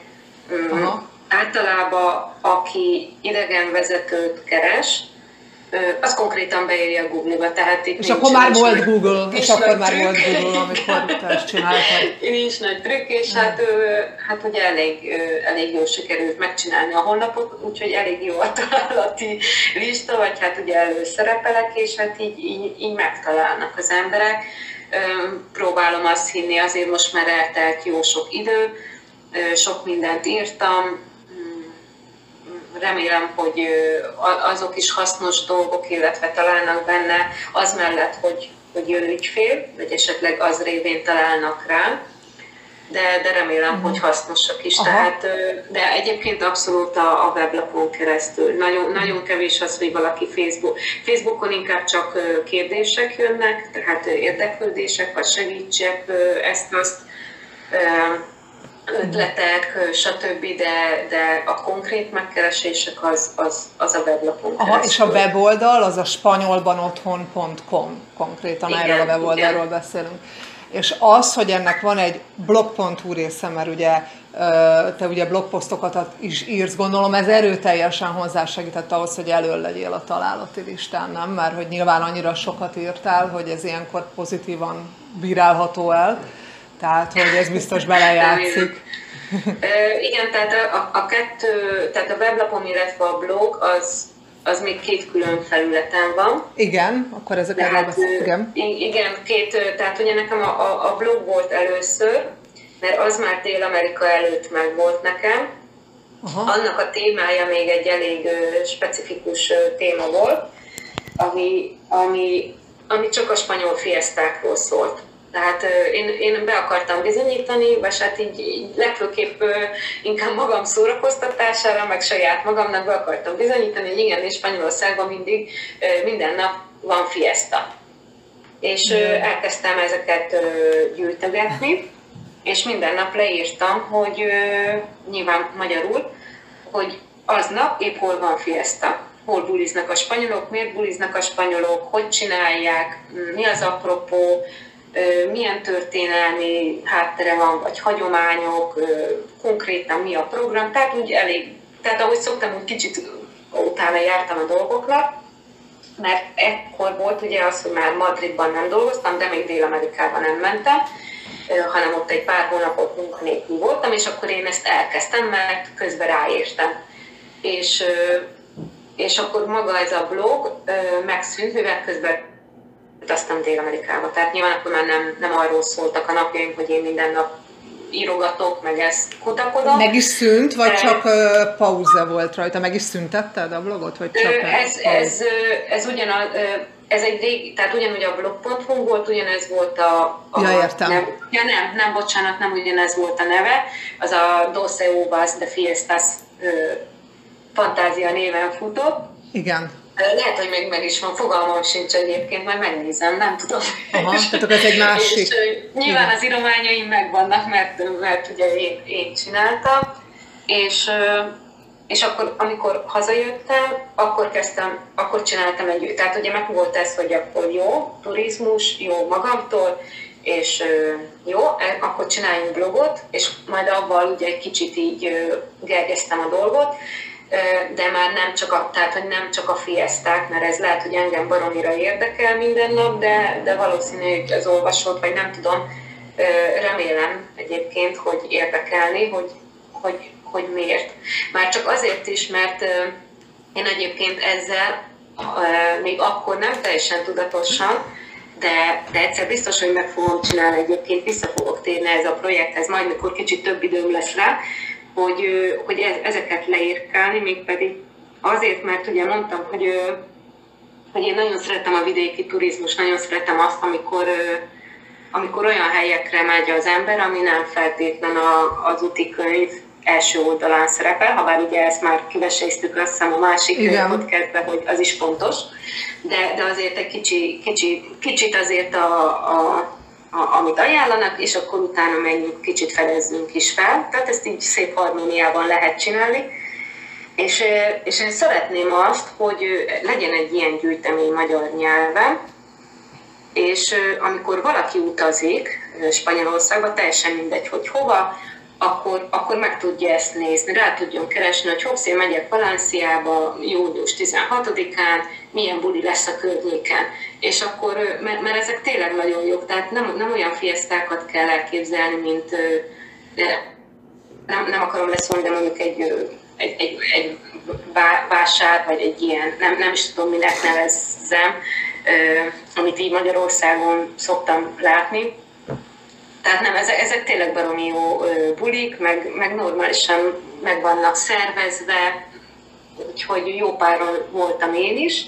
Általában, aki idegenvezetőt keres, az konkrétan beírja Google-ba, tehát itt és akkor már volt Google, és akkor már volt Google, amikor te ezt csináltad. Nincs nagy trükk, és hát ugye elég jól sikerült megcsinálni a honlapot, úgyhogy elég jó a találati lista, vagy hát ugye előszerepelek, és hát így megtalálnak az emberek. Próbálom azt hinni, azért most már eltelt jó sok idő, sok mindent írtam, remélem, hogy azok is hasznos dolgok, illetve találnak benne, az mellett, hogy jön ügyfél, vagy esetleg az révén találnak rá, de remélem, hogy hasznosak is. Tehát, de egyébként abszolút a weblapon keresztül. Nagyon kevés az, hogy valaki Facebookon inkább csak kérdések jönnek, tehát érdeklődések, vagy segítsek ezt-azt, ötletek, stb., de a konkrét megkeresések az a weblapon keresztül. És a weboldal az a spanyolbanotthon.com, konkrétan igen, erről a weboldalról beszélünk. És az, hogy ennek van egy blog.hu része, mert ugye te ugye blogposztokat is írsz, gondolom ez erőteljesen hozzásegített ahhoz, hogy elől legyél a találati listán, nem? Mert hogy nyilván annyira sokat írtál, hogy ez ilyenkor pozitívan bírálható el. Tehát, hogy ez biztos belejátszik. Igen, tehát a kettő, tehát a weblapom, illetve a blog, az még két külön felületen van. Igen, akkor ezek igen, tehát ugye nekem a blog volt először, mert az már Dél-Amerika előtt meg volt nekem. Annak a témája még egy elég specifikus téma volt, ami csak a spanyol fiesztákról szólt. Tehát én be akartam bizonyítani, vagy hát így legfőképp inkább magam szórakoztatására, meg saját magamnak be akartam bizonyítani, hogy igen, és Spanyolországban mindig minden nap van fiesta. És elkezdtem ezeket gyűjtögetni, és minden nap leírtam, hogy nyilván magyarul, hogy aznap épp hol van fiesta. Hol buliznak a spanyolok, miért buliznak a spanyolok, hogy csinálják, mi az apropó, milyen történelmi háttere van, vagy hagyományok, konkrétan mi a program, tehát ahogy szoktam, úgy kicsit utána jártam a dolgoknak, mert ekkor volt ugye az, hogy már Madridban nem dolgoztam, de még Dél-Amerikában nem mentem, hanem ott egy pár hónapot munkanélkül voltam, és akkor én ezt elkezdtem, mert közben ráértem. És akkor maga ez a blog megszűnt, mivel közben utaztam Dél-Amerikába. Tehát nyilván akkor már nem arról szóltak a napjaim, hogy én minden nap írogatok, meg ezt kutakodom. Meg is szűnt, vagy csak pauza volt rajta? Meg is szüntetted a blogot? Vagy csak ez ugyanaz, ez egy régi, tehát ugyanúgy a blog.hu volt, ugyanez volt értem. Nem, bocsánat, nem ugyanez volt a neve, az a Doce Uvas de Fiestas Fantázia néven futott. Igen. Lehet, hogy még meg is van, fogalmam sincs egyébként, majd megnézem, nem tudom. Tehát ez egy másik. És nyilván az írományaim megvannak, mert ugye én csináltam, és akkor, amikor hazajöttem, akkor csináltam tehát ugye meg volt ez, hogy akkor jó, turizmus, jó magamtól, és jó, akkor csináljunk blogot, és majd avval ugye egy kicsit így gerjesztem a dolgot. de már tehát, hogy nem csak a fieszták, mert ez lehet, hogy engem baromira érdekel minden nap, de valószínű, hogy az olvasót, vagy nem tudom, remélem egyébként, hogy érdekelni, hogy miért. Már csak azért is, mert én egyébként ezzel még akkor nem teljesen tudatosan, de egyszer biztos, hogy meg fogom csinálni egyébként, vissza fogok térni ez a projekthez, majd mikor kicsit több időm lesz rá, hogy ezeket leírkálni, mégpedig azért, mert ugye mondtam, hogy én nagyon szeretem a vidéki turizmus, nagyon szeretem azt, amikor olyan helyekre megy az ember, ami nem feltétlen az útikönyv első oldalán szerepel, habár ugye ezt már kiveséztük, azt hiszem a másik podcastben, hogy az is fontos, de azért egy kicsit azért amit ajánlanak, és akkor utána menjünk, kicsit fedezzünk is fel. Tehát ezt így szép harmóniában lehet csinálni. És én szeretném azt, hogy legyen egy ilyen gyűjtemény magyar nyelven, és amikor valaki utazik Spanyolországba, teljesen mindegy, hogy hova, akkor meg tudja ezt nézni, rá tudjon keresni, hogy hoppsz, én megyek Valenciába június 16-án, milyen buli lesz a környéken. És akkor, mert ezek tényleg nagyon jók, tehát nem olyan fiesztákat kell elképzelni, mint, nem akarom leszólni, de mondjuk egy vásár, vagy egy ilyen, nem is tudom, minek nevezzem, amit így Magyarországon szoktam látni. Tehát nem, ezek tényleg baromi jó bulik, meg normálisan meg vannak szervezve, úgyhogy jó páron voltam én is.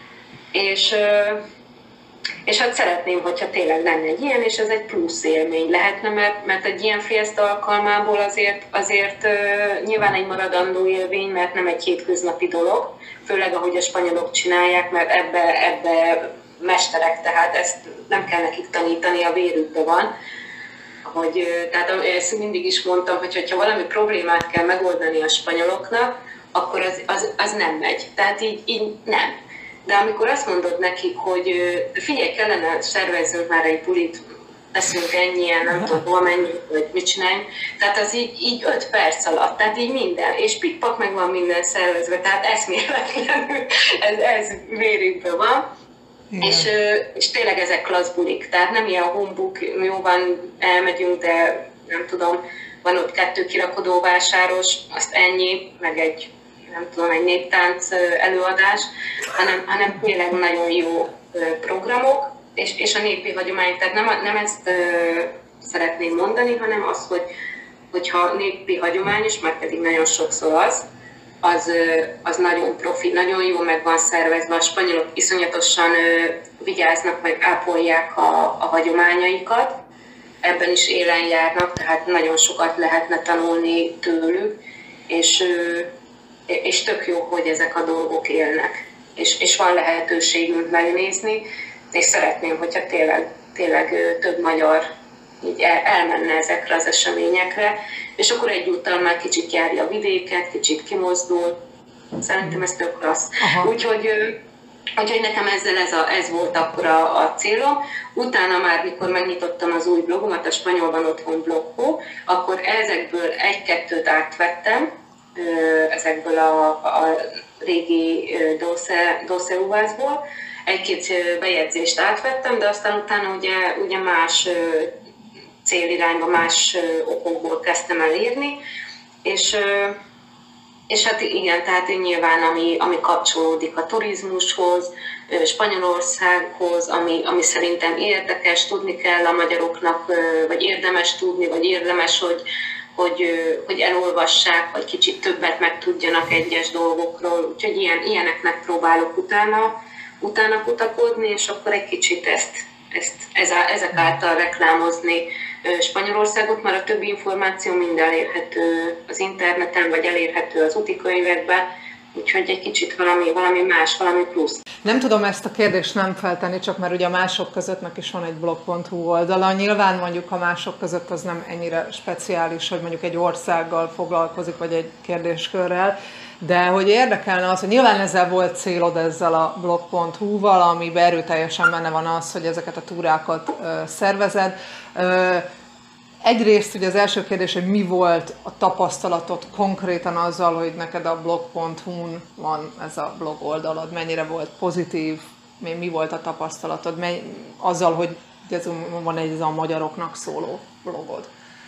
És hát szeretném, hogyha tényleg lenne egy ilyen, és ez egy plusz élmény lehetne, mert egy ilyen fiesta alkalmából azért nyilván egy maradandó élmény, mert nem egy hétköznapi dolog, főleg ahogy a spanyolok csinálják, mert ebbe mesterek, tehát ezt nem kell nekik tanítani, a vérükben van. Tehát ezt mindig is mondtam, hogy ha valami problémát kell megoldani a spanyoloknak, akkor az nem megy. Tehát így nem. De amikor azt mondod nekik, hogy figyelj, kellene szerveznünk már egy bulit, leszünk ennyien, nem tudom, hol menjünk, vagy mit csináljunk, tehát az így 5 perc alatt, tehát így minden, és pikpak meg van minden szervezve, tehát eszméletlenül ez vérükben van. És tényleg ezek klassz bulik, tehát nem ilyen humbuk, jó van, elmegyünk, de nem tudom, van ott 2 kirakodóvásáros, azt ennyi, meg egy néptánc előadás, hanem tényleg nagyon jó programok, és a népi hagyomány, tehát nem ezt szeretném mondani, hanem azt, hogyha népi hagyományos, mert pedig nagyon sokszor az nagyon profi, nagyon jó meg van szervezve, a spanyolok iszonyatosan vigyáznak, meg ápolják a hagyományaikat, ebben is élen járnak, tehát nagyon sokat lehetne tanulni tőlük, és tök jó, hogy ezek a dolgok élnek, és van lehetőségünk megnézni, és szeretném, hogyha tényleg több magyar így elmenne ezekre az eseményekre, és akkor egyúttal már kicsit járja a vidéket, kicsit kimozdul. Szerintem ez tök klassz. Úgyhogy nekem ezzel ez volt akkor a célom. Utána már, mikor megnyitottam az új blogomat, a Spanyolban Otthon blogho, akkor ezekből 1-2-t átvettem, ezekből a régi doceuvázból. 1-2 bejegyzést átvettem, de aztán utána ugye más célirányba, más okokból kezdtem el írni, és hát igen, tehát nyilván ami kapcsolódik a turizmushoz, Spanyolországhoz, ami szerintem érdekes, tudni kell a magyaroknak, vagy érdemes tudni, vagy érdemes, hogy elolvassák, vagy kicsit többet megtudjanak egyes dolgokról, úgyhogy ilyeneknek próbálok utána kutakodni, és akkor egy kicsit ezek által reklámozni Spanyolországot, mert a többi információ mind elérhető az interneten, vagy elérhető az útikönyvekben, úgyhogy egy kicsit valami más, valami plusz. Nem tudom ezt a kérdést nem feltenni, csak mert ugye a mások közöttnek is van egy blog.hu oldala. Nyilván mondjuk a mások között az nem ennyire speciális, hogy mondjuk egy országgal foglalkozik, vagy egy kérdéskörrel, de hogy érdekelne az, hogy nyilván ezzel volt célod ezzel a blog.hu-val, amiben erőteljesen benne van az, hogy ezeket a túrákat szervezed. egyrészt ugye az első kérdés, hogy mi volt a tapasztalatod konkrétan azzal, hogy neked a blog.hu-n van ez a blog oldalad, mennyire volt pozitív, mi volt a tapasztalatod azzal, hogy van ez a magyaroknak szóló blogod?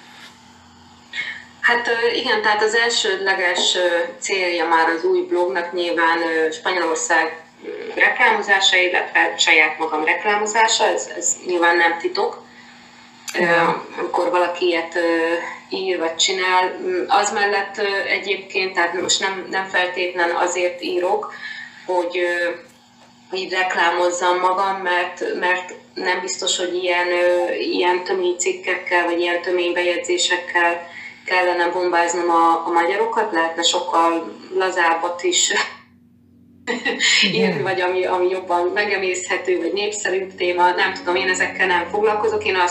Hát igen, tehát az elsődleges célja már az új blognak nyilván Spanyolország reklámozása, illetve saját magam reklámozása, ez nyilván nem titok. Amikor valaki ilyet ír vagy csinál, az mellett egyébként, tehát most nem feltétlen azért írok, hogy így reklámozzam magam, mert nem biztos, hogy ilyen tömény cikkekkel, vagy ilyen tömény bejegyzésekkel kellene bombáznom a magyarokat, lehetne sokkal lazábbat is írni, vagy ami jobban megemészhető, vagy népszerűbb téma, nem tudom, én ezekkel nem foglalkozok, én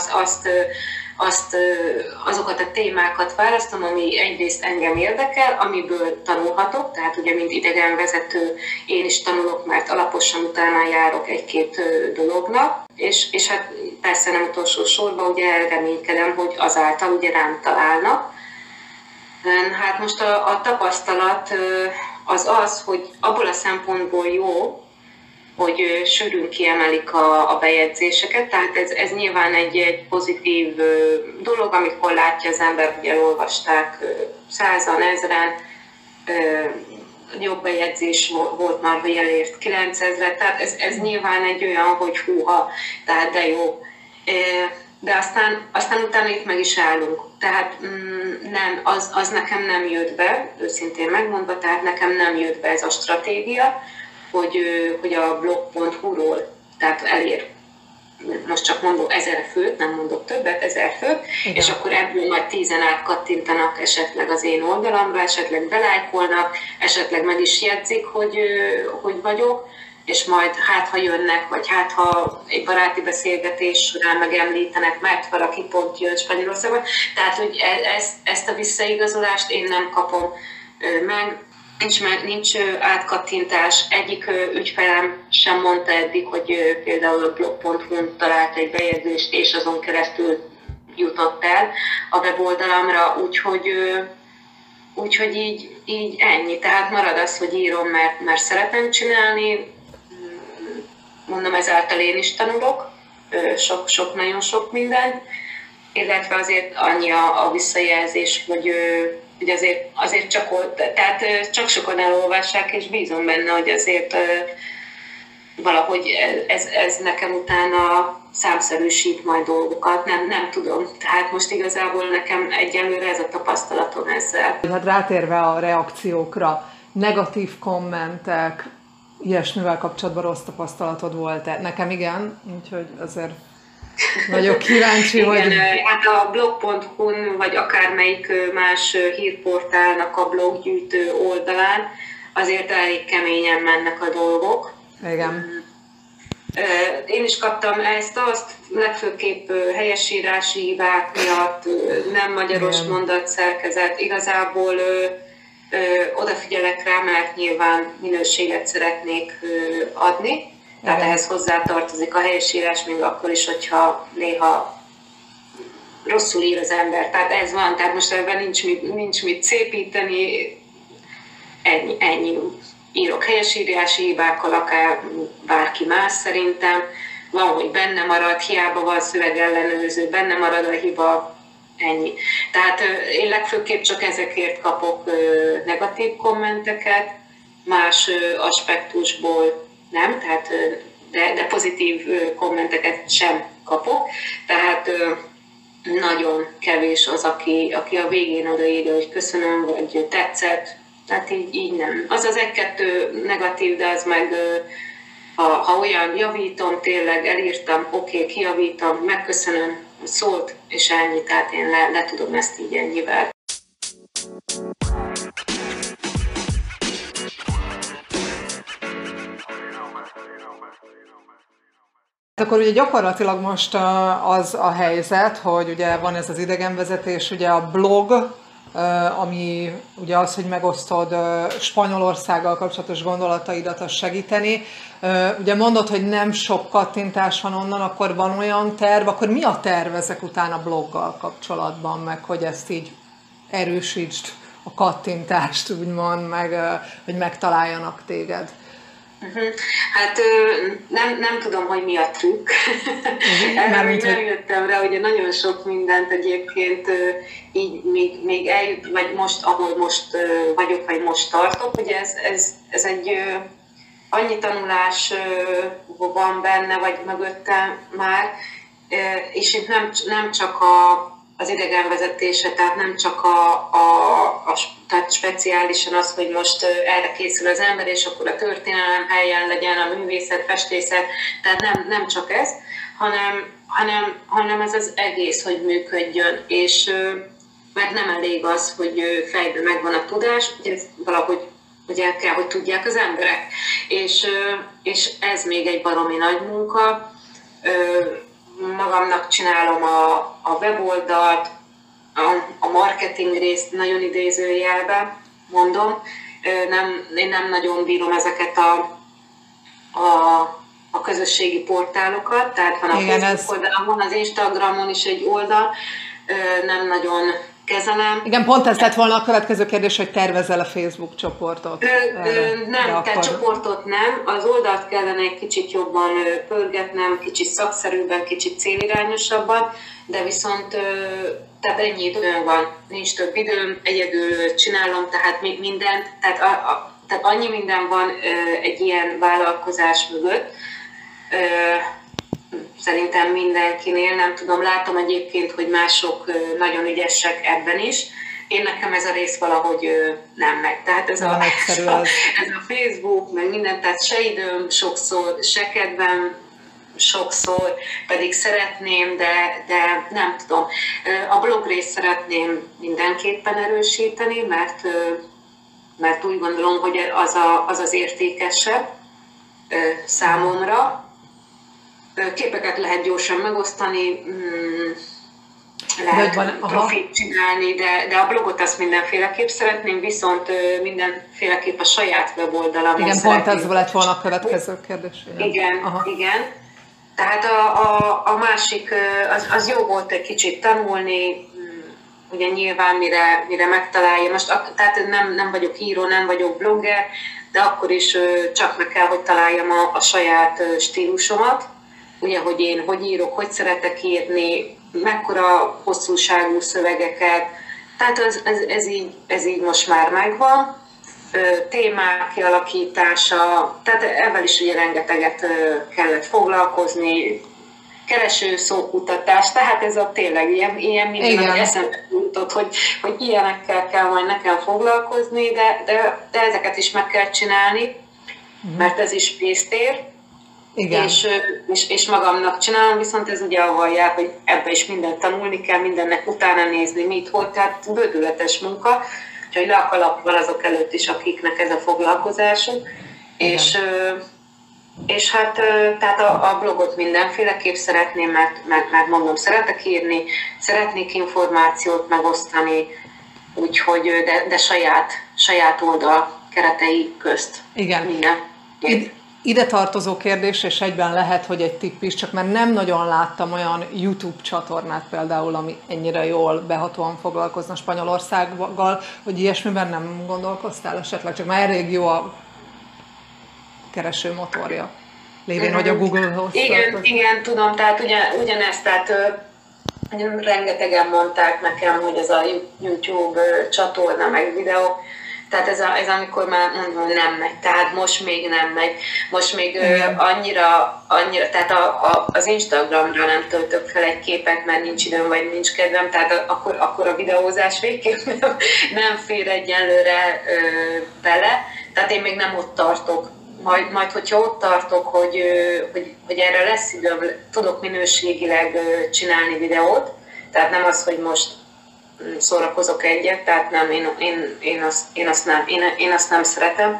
azokat a témákat választom, ami egyrészt engem érdekel, amiből tanulhatok, tehát ugye mint idegenvezető én is tanulok, mert alaposan utána járok egy-két dolognak, és hát persze nem utolsó sorban ugye reménykedem, hogy azáltal ugye rám találnak. Hát most a tapasztalat az, hogy abból a szempontból jó, hogy sűrűn kiemelik a bejegyzéseket, tehát ez nyilván egy pozitív dolog, amikor látja az ember, hogy elolvasták 100-an, 1000-en, jobb bejegyzés volt már, hogy elért 9000-et, tehát ez nyilván egy olyan, hogy húha, tehát de jó. De aztán utána itt meg is állunk. Tehát nem, az nekem nem jött be, őszintén megmondva, tehát nekem nem jött be ez a stratégia, hogy a blog.hu-ról, tehát elér, most csak mondok 1000 főt, nem mondok többet, 1000 főt, igen. És akkor ebből majd 10-en átkattintanak esetleg az én oldalamra, esetleg belájkolnak, esetleg meg is jegyzik, hogy vagyok, és majd ha jönnek, vagy ha egy baráti beszélgetés során megemlítenek, mert valaki pont jön Spanyolországban. Tehát, hogy ezt a visszaigazolást én nem kapom meg, nincs átkattintás. Egyik ügyfelem sem mondta eddig, hogy például a blog.hu-n talált egy bejegyzést, és azon keresztül jutott el a weboldalamra, úgyhogy így ennyi. Tehát marad az, hogy írom, mert szeretem csinálni. Mondom, ezáltal én is tanulok, nagyon sok mindent, illetve azért annyi a visszajelzés, hogy azért csak sokan elolvassák, és bízom benne, hogy azért valahogy ez nekem utána számszerűsít majd dolgokat, nem tudom. Tehát most igazából nekem egyelőre ez a tapasztalatom ezzel. Hát rátérve a reakciókra, negatív kommentek, ilyesmivel kapcsolatban rossz tapasztalatod volt-e? Nekem igen, úgyhogy azért vagyok kíváncsi, igen, hogy... Hát a blog.hu-n, vagy akármelyik más hírportálnak a bloggyűjtő oldalán azért elég keményen mennek a dolgok. Igen. Én is kaptam azt, legfőképp helyesírási hibák miatt, nem magyaros mondatszerkezet, igazából odafigyelek rá, mert nyilván minőséget szeretnék adni, tehát ehhez hozzátartozik a helyesírás, még akkor is, hogyha néha rosszul ír az ember. Tehát ez van, tehát most ebben nincs mit szépíteni, ennyi. Írok helyesírási hibákkal, akár bárki más szerintem. Van, hogy benne marad, hiába van szövegellenőrző, benne marad a hiba, ennyi. Tehát én legfőképp csak ezekért kapok negatív kommenteket, más aspektusból nem, tehát, de pozitív kommenteket sem kapok. Tehát nagyon kevés az, aki a végén odaírja, hogy köszönöm, vagy tetszett. Tehát így nem. Az egy-kettő negatív, de az meg, ha olyan javítom, tényleg elírtam, oké, kijavítom, megköszönöm, szólt, és ennyi, tehát én le tudom ezt így ennyivel. Akkor ugye gyakorlatilag most az a helyzet, hogy ugye van ez az idegenvezetés, ugye a blog ami ugye az, hogy megosztod Spanyolországgal kapcsolatos gondolataidat, az segíteni. Ugye mondod, hogy nem sok kattintás van onnan, akkor van olyan terv, akkor mi a terv ezek után a bloggal kapcsolatban, meg hogy ezt így erősítsd a kattintást, úgymond, meg hogy megtaláljanak téged? Hát nem tudom, hogy mi a trükk. Erre még nem jöttem rá, ugye nagyon sok mindent egyébként így még eljut, vagy most, ahol most vagyok, vagy most tartok, ugye ez egy annyi tanulás van benne, vagy mögöttem már, és itt nem csak az idegenvezetése, tehát nem csak tehát speciálisan az, hogy most erre készül az ember, és akkor a történelem helyen legyen a művészet, festészet, tehát nem csak ez, hanem ez az egész, hogy működjön, és mert nem elég az, hogy fejben megvan a tudás, ugye ez valahogy ugye kell, hogy tudják az emberek, és ez még egy baromi nagy munka. Magamnak csinálom a weboldalt, a marketing részt nagyon idézőjelben mondom. Én nem nagyon bírom ezeket a közösségi portálokat, tehát van a Facebook oldalon, van az Instagramon is egy oldal, nem nagyon kezelem. Igen, pont ez lett volna a következő kérdés, hogy tervezel a Facebook csoportot? Nem, tehát csoportot nem. Az oldalt kellene egy kicsit jobban pörgetnem, kicsit szakszerűbben, kicsit célirányosabban, de viszont tehát ennyi időm van, nincs több időm, egyedül csinálom, tehát mindent, tehát annyi minden van egy ilyen vállalkozás mögött, szerintem mindenkinél, nem tudom, látom egyébként, hogy mások nagyon ügyesek ebben is. Én nekem ez a rész valahogy nem megy. Tehát ez a Facebook, meg minden, tehát se időm sokszor, se kedvem sokszor, pedig szeretném, de nem tudom. A blog részt szeretném mindenképpen erősíteni, mert úgy gondolom, hogy az az értékesebb számomra. Képeket lehet gyorsan megosztani, lehet profit csinálni, de a blogot azt mindenféleképp szeretném, viszont mindenféleképp a saját weboldalamon igen, szeretném. Pont ez lett volna a következő kérdés. Igen. Tehát a másik, az jó volt egy kicsit tanulni, ugye nyilván mire megtalálja. Most tehát nem vagyok író, nem vagyok blogger, de akkor is csak meg kell, hogy találjam a saját stílusomat. Ugye, hogy én hogy írok, hogy szeretek írni, mekkora hosszúságú szövegeket. Tehát ez így most már megvan. Témák kialakítása, tehát ebben is ugye rengeteget kellett foglalkozni, kereső szókutatás, tehát ez a tényleg ilyen minden, ami eszembe jutott, hogy ilyenekkel kell majd nekem foglalkozni, de ezeket is meg kell csinálni, mert ez is pénzt ér. Igen. És magamnak csinálom, viszont ez ugye ahol jár, hogy ebbe is mindent tanulni kell, mindennek utána nézni, mit, hogy, tehát bődületes munka, úgyhogy le a kalappal azok előtt is, akiknek ez a foglalkozásuk, és hát tehát a blogot mindenféleképp szeretném, mert mondom, szeretek írni, szeretnék információt megosztani, úgyhogy, de saját oldal keretei közt. Igen. Minden. Ide tartozó kérdés, és egyben lehet, hogy egy tipp is, csak mert nem nagyon láttam olyan YouTube csatornát például, ami ennyire jól, behatóan foglalkozna Spanyolországgal, hogy ilyesmiben nem gondolkoztál esetleg, csak már elég jó a keresőmotorja. Lévén, hogy a Google-hoz. Igen, tudom, tehát ugyanezt, tehát rengetegen mondták nekem, hogy ez a YouTube csatorna, meg videó, tehát ez amikor már mondom, nem megy, tehát most még nem megy. Most még annyira, tehát az Instagramra nem töltök fel egy képet, mert nincs időm, vagy nincs kedvem, tehát akkor a videózás végképp nem fér egyenlőre bele, tehát én még nem ott tartok. Majd hogyha ott tartok, hogy erre lesz időm, tudok minőségileg csinálni videót, tehát nem az, hogy most szórakozok egyet, tehát nem, én azt nem szeretem.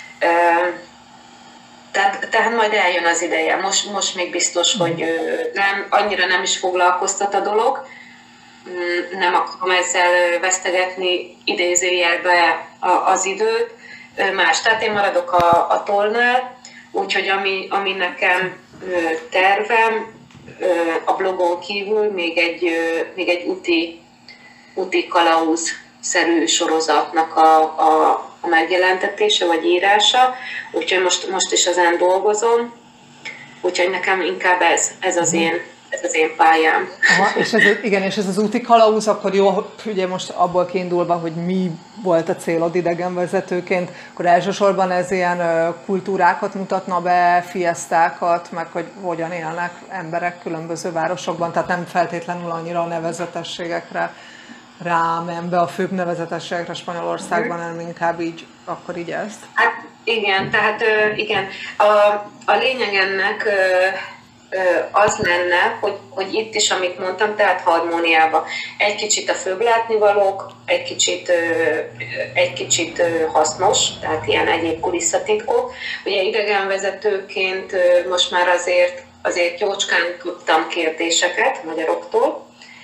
Tehát majd eljön az ideje. Most még biztos, hogy annyira nem is foglalkoztat a dolog, nem akarom ezzel vesztegetni idézőjelbe az időt, más. Tehát én maradok a tollnál, úgyhogy ami nekem tervem, a blogon kívül még egy úti kalauz-szerű sorozatnak a megjelentetése vagy írása, úgyhogy most is ezen dolgozom, úgyhogy nekem inkább ez az én pályám. Aha, és ez az úti kalauz, akkor jó, ugye most abból kiindulva, hogy mi volt a célod idegenvezetőként, akkor elsősorban ez ilyen kultúrákat mutatna be, fiesztákat, meg hogy hogyan élnek emberek különböző városokban, tehát nem feltétlenül annyira a nevezetességekre rámen be, a főbb nevezetességekre Spanyolországban, hanem inkább akkor így ezt? Hát igen, tehát igen. A lényeg ennek az lenne, hogy itt is, amit mondtam, tehát harmóniába. Egy kicsit a főbb látnivalók, egy kicsit hasznos, tehát ilyen egyéb kulisszatitkok. Ugye idegenvezetőként most már azért jócskán tudtam kérdéseket magyaroktól,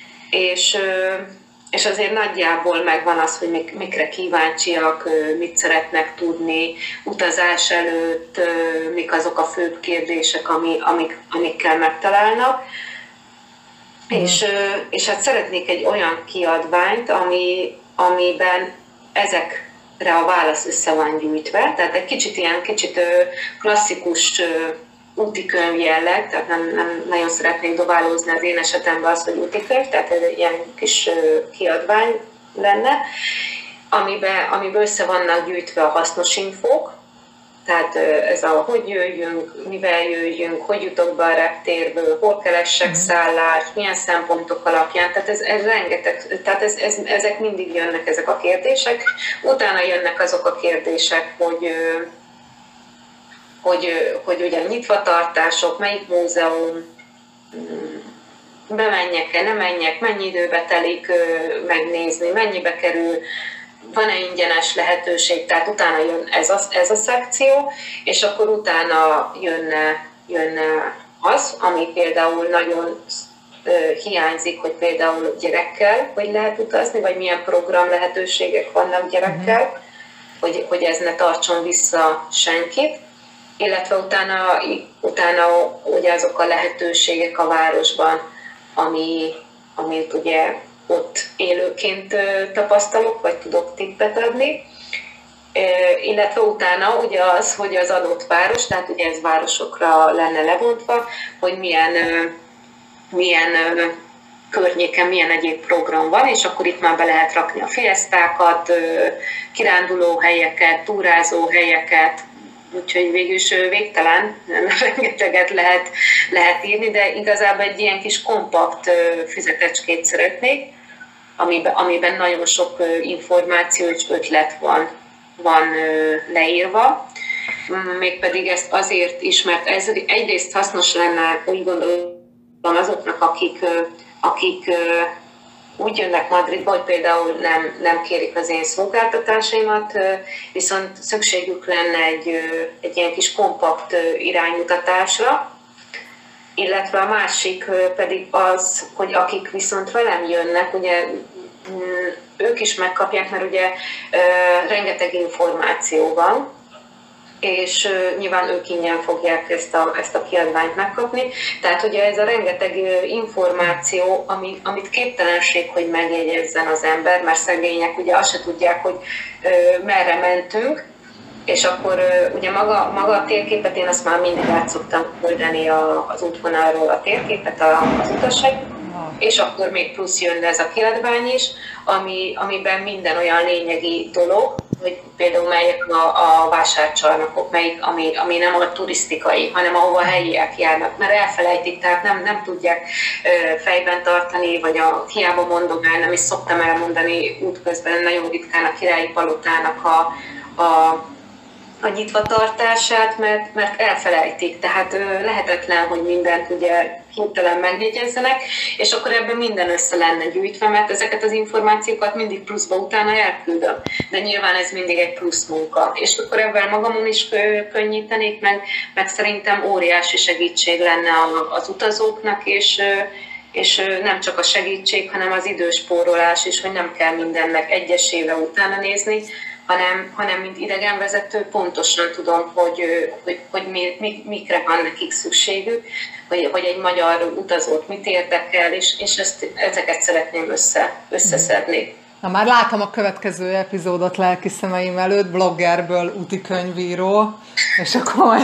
és azért nagyjából megvan az, hogy mikre kíváncsiak, mit szeretnek tudni, utazás előtt, mik azok a főbb kérdések, amikkel megtalálnak. És hát szeretnék egy olyan kiadványt, amiben ezekre a válasz össze van gyűjtve, tehát egy kicsit klasszikus útikönyv jelleg, tehát nem nagyon szeretnék dobálózni az én esetemben az, hogy útikönyv, tehát egy ilyen kis kiadvány lenne, amiben össze vannak gyűjtve a hasznos infók, tehát ez a hogy jöjjünk, mivel jöjjünk, hogy jutok be a reptérből, hol keressek szállást, milyen szempontok alapján, tehát ez rengeteg, tehát ezek mindig jönnek, ezek a kérdések. Utána jönnek azok a kérdések, hogy ugye nyitvatartások, melyik múzeum, bemenjek-e, nem menjek, mennyi időbe telik megnézni, mennyibe kerül, van-e ingyenes lehetőség, tehát utána jön ez a szekció, és akkor utána jönne az, ami például nagyon hiányzik, hogy például gyerekkel hogy lehet utazni, vagy milyen program lehetőségek vannak gyerekkel, hogy ez ne tartson vissza senkit, illetve utána ugye azok a lehetőségek a városban, amit ugye ott élőként tapasztalok, vagy tudok tippet adni, illetve utána ugye az, hogy az adott város, tehát ugye ez városokra lenne lebontva, hogy milyen környéken milyen egyéb program van, és akkor itt már be lehet rakni a fiesztákat, kirándulóhelyeket, túrázóhelyeket, úgyhogy végül is végtelen, rengeteget lehet írni, de igazából egy ilyen kis kompakt füzetecskét szeretnék, amiben nagyon sok információ és ötlet van leírva. Mégpedig ezt azért is, mert ez egyrészt hasznos lenne, úgy gondolom, azoknak, akik úgy jönnek Madridba, hogy például nem kérik az én szolgáltatásaimat, viszont szükségük lenne egy ilyen kis kompakt iránymutatásra, illetve a másik pedig az, hogy akik viszont velem jönnek, ugye ők is megkapják, mert ugye rengeteg információ van, és nyilván ők ingyen fogják ezt a kiadványt megkapni. Tehát ugye ez a rengeteg információ, amit képtelenség, hogy megjegyezzen az ember, mert szegények ugye azt se tudják, hogy merre mentünk, és akkor ugye maga a térképet, én azt már mindig át szoktam küldeni az útvonalról a térképet az utasnak, és akkor még plusz jönne ez a kiadvány is, amiben minden olyan lényegi dolog, hogy például melyek a vásárcsarnokok, ami nem a turisztikai, hanem ahova a helyiek járnak, mert elfelejtik, tehát nem tudják fejben tartani, vagy hiába mondom el, nem is szoktam elmondani útközben, nagyon ritkán a Királyi Palotának a nyitvatartását, mert elfelejtik, tehát lehetetlen, hogy mindent ugye hirtelen megjegyezzenek, és akkor ebben minden össze lenne gyűjtve, mert ezeket az információkat mindig pluszba utána elküldöm. De nyilván ez mindig egy plusz munka. És akkor ebben magamon is könnyítenék, meg szerintem óriási segítség lenne az utazóknak, és nem csak a segítség, hanem az időspórolás is, hogy nem kell mindennek egyesével utána nézni, hanem mint idegenvezető pontosan tudom, hogy mikre van nekik szükségük, hogy egy magyar utazót mit érdekel, és ezeket szeretném összeszedni. Na már látom a következő epizódot lelki szemeim előtt, bloggerből útikönyvíró, és akkor...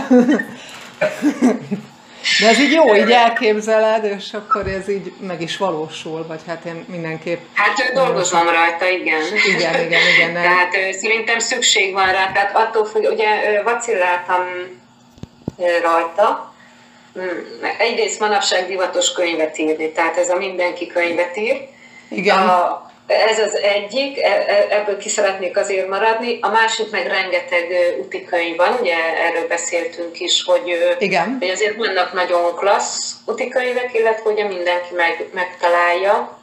De ez így jó, így elképzeled, és akkor ez így meg is valósul, vagy hát én mindenképp... Hát dolgozom rajta, igen. Igen. Tehát szerintem szükség van rá, tehát attól függ, ugye vacilláltam rajta. Egyrészt manapság divatos könyvet írni, tehát ez a mindenki könyvet ír. Igen. Ez az egyik, ebből ki szeretnék azért maradni. A másik meg rengeteg úti könyv van, ugye erről beszéltünk is, hogy azért vannak nagyon klassz úti könyvek, illetve ugye mindenki megtalálja,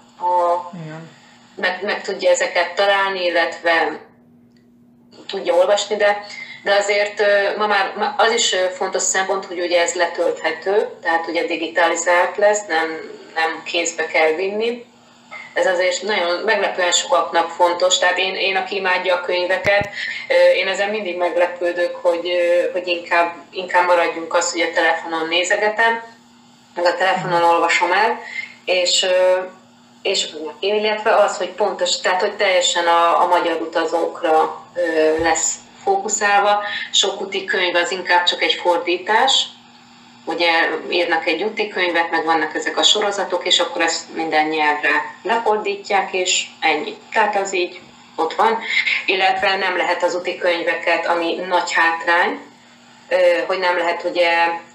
meg tudja ezeket találni, illetve tudja olvasni, de azért ma már az is fontos szempont, hogy ugye ez letölthető, tehát ugye digitalizált lesz, nem kézbe kell vinni. Ez azért nagyon meglepően sokaknak fontos, tehát én aki imádja a könyveket, én ezen mindig meglepődök, hogy inkább maradjunk az, hogy a telefonon nézegetem, meg a telefonon olvasom el, és illetve az, hogy pontos, tehát hogy teljesen a magyar utazókra lesz fókuszálva. Sok úti könyv az inkább csak egy fordítás, ugye írnak egy úti könyvet, meg vannak ezek a sorozatok, és akkor ezt minden nyelvre lefordítják, és ennyi. Tehát az így ott van. Illetve nem lehet az úti könyveket, ami nagy hátrány, hogy nem lehet ugye,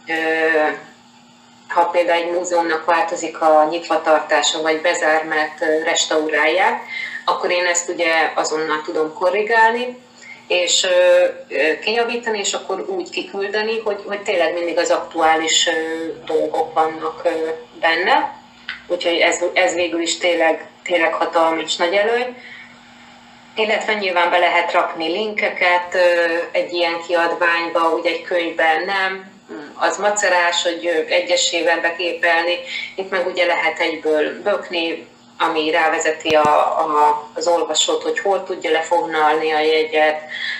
ha például egy múzeumnak változik a nyitvatartása, vagy bezár, mert restaurálják, akkor én ezt ugye azonnal tudom korrigálni, és kijavítani, és akkor úgy kiküldeni, hogy tényleg mindig az aktuális dolgok vannak benne. Úgyhogy ez végül is tényleg hatalmas nagy előny. Illetve nyilván be lehet rakni linkeket egy ilyen kiadványba, ugye egy könyvben nem, az macerás, hogy egyesével beképelni. Itt meg ugye lehet egyből bökni, ami rávezeti az olvasót, hogy hol tudja lefoglalni a jegyet,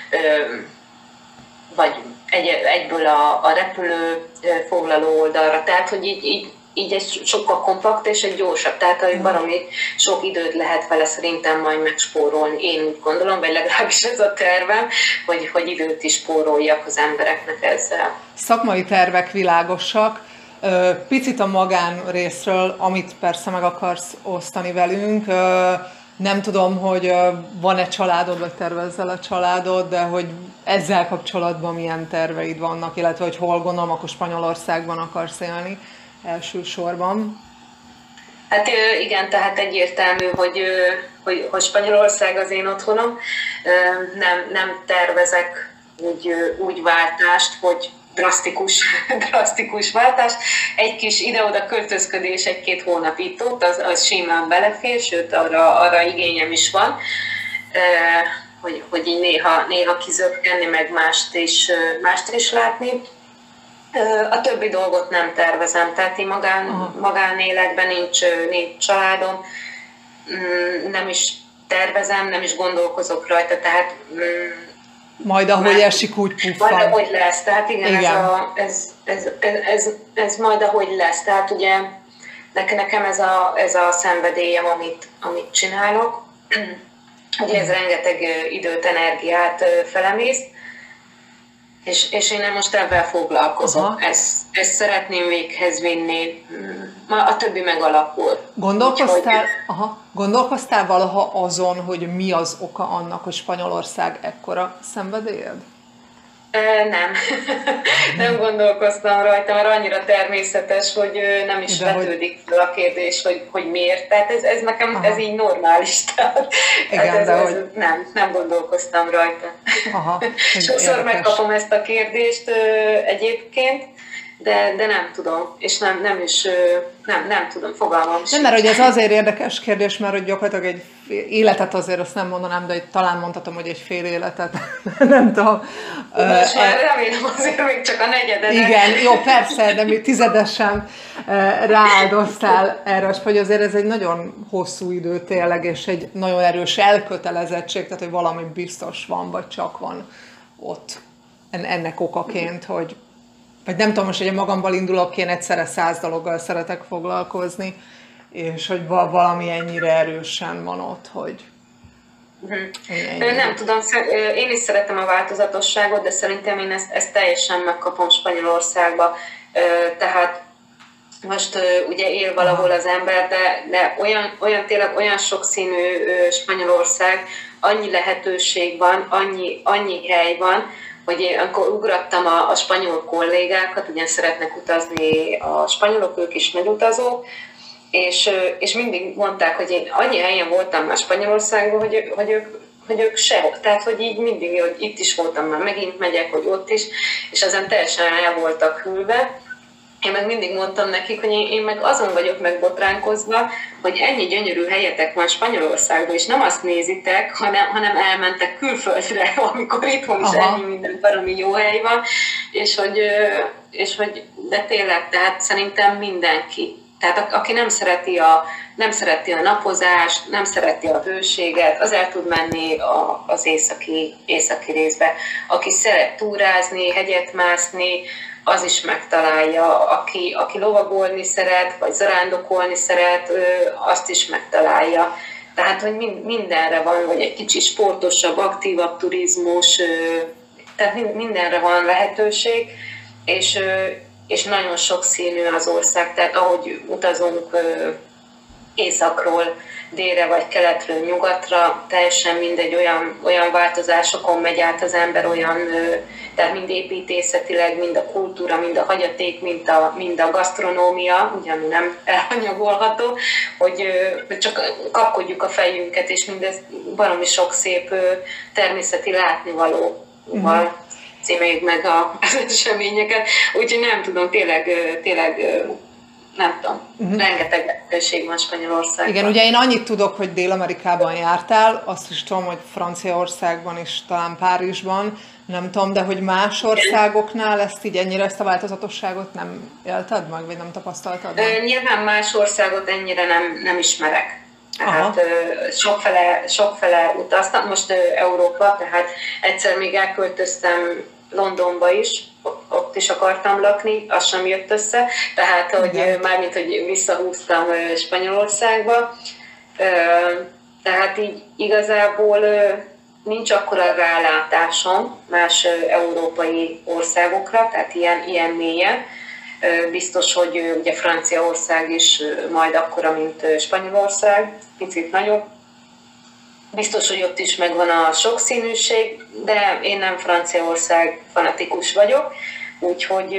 vagy egyből a repülő foglaló oldalra. Tehát, hogy így egy sokkal kompakt és egy gyorsabb. Tehát, hogy baromi sok időt lehet vele szerintem majd megspórolni. Én úgy gondolom, vagy legalábbis ez a tervem, hogy időt is spóroljak az embereknek ezzel. Szakmai tervek világosak. Picit a magánrészről, amit persze meg akarsz osztani velünk. Nem tudom, hogy van-e családod, vagy tervezzel a családod, de hogy ezzel kapcsolatban milyen terveid vannak, illetve hogy hol, gondolom, akkor Spanyolországban akarsz élni elsősorban. Hát igen, tehát egyértelmű, hogy Spanyolország az én otthonom. Nem tervezek úgy váltást, hogy drasztikus váltást. Egy kis ide-oda költözködés, 1-2 hónap itt-ott, az simán belefér, sőt arra igényem is van, hogy így néha kizökkenni, meg mást is látni. A többi dolgot nem tervezem, tehát én magánéletben nincs családom, nem is tervezem, nem is gondolkozok rajta, tehát majd ahogy esik, úgy puffan. Majd ahogy lesz, tehát igen. Ez majd ahogy lesz, tehát ugye nekem ez a szenvedélyem, amit csinálok, ugye ez rengeteg időt, energiát felemész, és én most ebben foglalkozom. Ezt szeretném véghez vinni, a többi megalakul. Gondolkoztál valaha azon, hogy mi az oka annak, hogy Spanyolország ekkora szenvedélyed? Nem gondolkoztam rajta, mert annyira természetes, hogy nem is vetődik fel a kérdés, hogy miért. Tehát ez nekem ez így normális. Igen, nem gondolkoztam rajta. Sokszor megkapom ezt a kérdést egyébként, de nem tudom, és nem tudom, fogalmam sem. Nem, mert hogy ez azért érdekes kérdés, mert hogy gyakorlatilag egy életet azért azt nem mondanám, de talán mondhatom, hogy egy fél életet, nem tudom. Most már remélem azért még csak a negyedet. Igen, jó, persze, de még tizedesen. rááldoztál erre, hogy azért ez egy nagyon hosszú idő tényleg, és egy nagyon erős elkötelezettség, tehát hogy valami biztos van, vagy csak van ott ennek okaként, hogy vagy nem tudom, most, hogy magamból indulok, én egyszerre 100 dologgal szeretek foglalkozni, és hogy valami ennyire erősen van ott, hogy... Nem tudom, én is szeretem a változatosságot, de szerintem én ezt teljesen megkapom Spanyolországba. Tehát most ugye él valahol az ember, de tényleg olyan sokszínű Spanyolország, annyi lehetőség van, annyi hely van, hogy én akkor ugrattam a spanyol kollégákat, ugyan szeretnek utazni a spanyolok, ők is megutazók, és mindig mondták, hogy én annyi helyen voltam már Spanyolországban, hogy ők sehol. Tehát, hogy így mindig, hogy itt is voltam már, megint megyek, hogy ott is, és ezen teljesen el voltak hűlve. Én meg mindig mondtam nekik, hogy én meg azon vagyok megbotránkozva, hogy ennyi gyönyörű helyetek van Spanyolországban, és nem azt nézitek, hanem elmentek külföldre, amikor itthon is ennyi minden baromi jó hely van, és hogy de tényleg, tehát szerintem mindenki. Tehát aki nem szereti a napozást, nem szereti a hőséget, az el tud menni az északi részbe. Aki szeret túrázni, hegyet mászni, az is megtalálja. Aki lovagolni szeret, vagy zarándokolni szeret, azt is megtalálja. Tehát, hogy mindenre van, vagy egy kicsit sportosabb, aktívabb turizmus, tehát mindenre van lehetőség, és nagyon sokszínű az ország, tehát ahogy utazunk északról délre vagy keletről nyugatra, teljesen mindegy, olyan változásokon megy át az ember, tehát mind építészetileg, mind a kultúra, mind a hagyaték, mind a gasztronómia, ugyanúgy nem elhanyagolható, hogy csak kapkodjuk a fejünket, és mindez baromi sok szép természeti látnivalóval címéljük meg az eseményeket, úgyhogy nem tudom, tényleg nem tudom, rengeteg lehetőség van Spanyolországban. Igen, ugye én annyit tudok, hogy Dél-Amerikában jártál, azt is tudom, hogy Franciaországban és talán Párizsban, nem tudom, de hogy más országoknál ezt a változatosságot nem élted meg, vagy nem tapasztaltad meg? Nyilván más országot ennyire nem ismerek. Tehát sokfele utaztam, most Európa, tehát egyszer még elköltöztem Londonba is, ott is akartam lakni, az sem jött össze, tehát hogy mármint, hogy visszahúztam Spanyolországba, tehát így igazából nincs akkora rálátásom más európai országokra, tehát ilyen mélyen. Biztos, hogy ugye Franciaország is majd akkora, mint Spanyolország, picit nagyobb. Biztos, hogy ott is megvan a sokszínűség, de én nem Franciaország fanatikus vagyok, úgyhogy,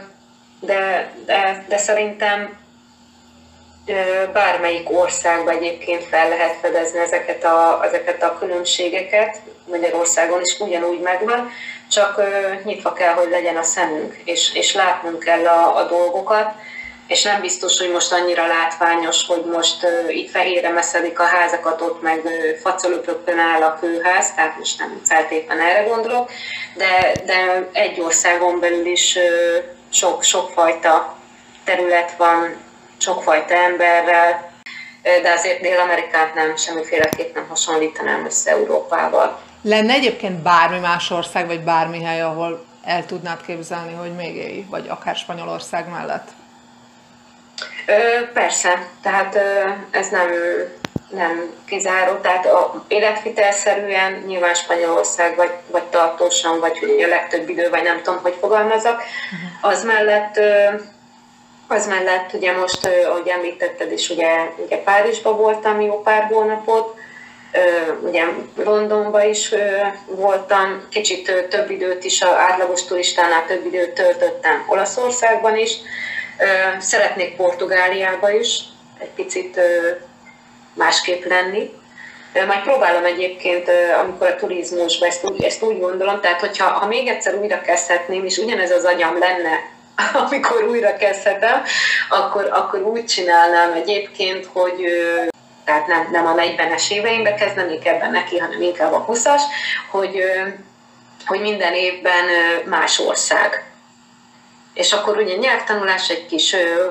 de szerintem bármelyik országban egyébként fel lehet fedezni ezeket a különbségeket, Magyarországon is ugyanúgy megvan, csak nyitva kell, hogy legyen a szemünk, és látnunk kell a dolgokat, és nem biztos, hogy most annyira látványos, hogy most itt fehérre messzedik a házakat, ott meg facalöpökön áll a kőház, tehát most nem feltétlenül erre gondolok, de egy országon belül is sokfajta terület van, sokfajta emberrel, de azért Dél-Amerikát semmiféleképp nem hasonlítanám össze Európával. Lenne egyébként bármi más ország, vagy bármi hely, ahol el tudnád képzelni, hogy még élj, vagy akár Spanyolország mellett? Persze, tehát ez nem kizáró, tehát életvitelszerűen nyilván Spanyolország, vagy tartósan, vagy hogy a legtöbb idő, vagy nem tudom, hogy fogalmazok. Az mellett ugye most, ahogy említetted is, ugye Párizsban voltam jó pár hónapot, ugye Londonban is voltam, kicsit több időt is, az átlagos turistánál több időt töltöttem Olaszországban is, szeretnék Portugáliába is egy picit másképp lenni. Majd próbálom egyébként, amikor a turizmusban ezt úgy gondolom, tehát hogyha még egyszer újra kezdhetném, és ugyanez az agyam lenne, amikor újra kezdhetem, akkor úgy csinálnám egyébként, hogy tehát nem a 40-es éveimbe kezdenék ebben neki, hanem inkább a 20-as, hogy minden évben más ország. És akkor ugye nyelvtanulás, egy kis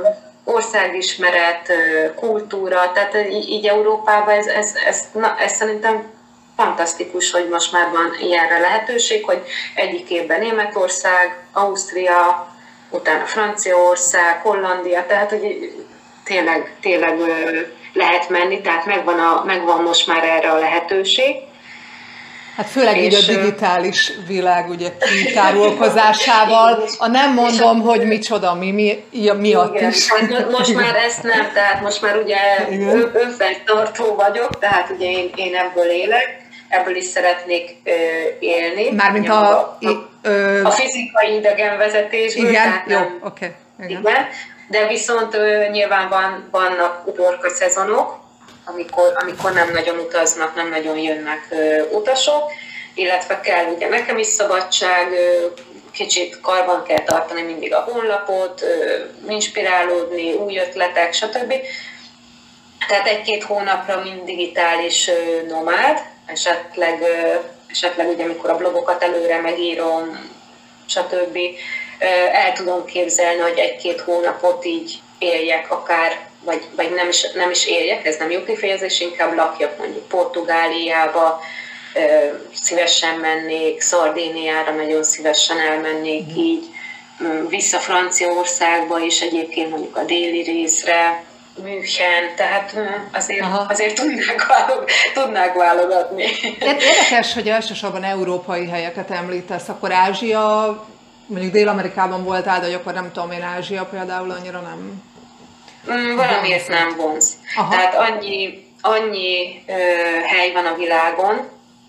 országismeret, kultúra, tehát így Európában ez szerintem fantasztikus, hogy most már van ilyenre lehetőség, hogy egyik évben Németország, Ausztria, utána Franciaország, Hollandia, tehát hogy tényleg lehet menni, tehát megvan most már erre a lehetőség. Hát főleg így a digitális világ ugye kitárulkozásával, nem mondom, hogy micsoda, mi miatt igen, is. Most már ezt nem, tehát most már ugye önfenntartó vagyok, tehát ugye én ebből élek, ebből is szeretnék élni. Mármint a fizikai idegenvezetésből. Igen, jó, oké. Igen, de viszont nyilván vannak uborka szezonok, amikor nem nagyon utaznak, nem nagyon jönnek utasok, illetve kell ugye nekem is szabadság, kicsit karban kell tartani mindig a honlapot, inspirálódni, új ötletek, stb. Tehát 1-2 hónapra mind digitális nomád, esetleg ugye amikor a blogokat előre megírom, stb. El tudom képzelni, hogy 1-2 hónapot így éljek akár, vagy nem is éljek, ez nem jó kifejezés, inkább lakjak mondjuk Portugáliába, szívesen mennék, Szardéniára nagyon szívesen elmennék így, vissza Franciaországba is egyébként mondjuk a déli részre, München, tehát azért tudnák válogatni. Érdekes, hogy elsősorban európai helyeket említesz, akkor Ázsia, mondjuk Dél-Amerikában voltál, de akkor nem tudom én, Ázsia például annyira nem... Valamiért nem vonz. Tehát annyi hely van a világon,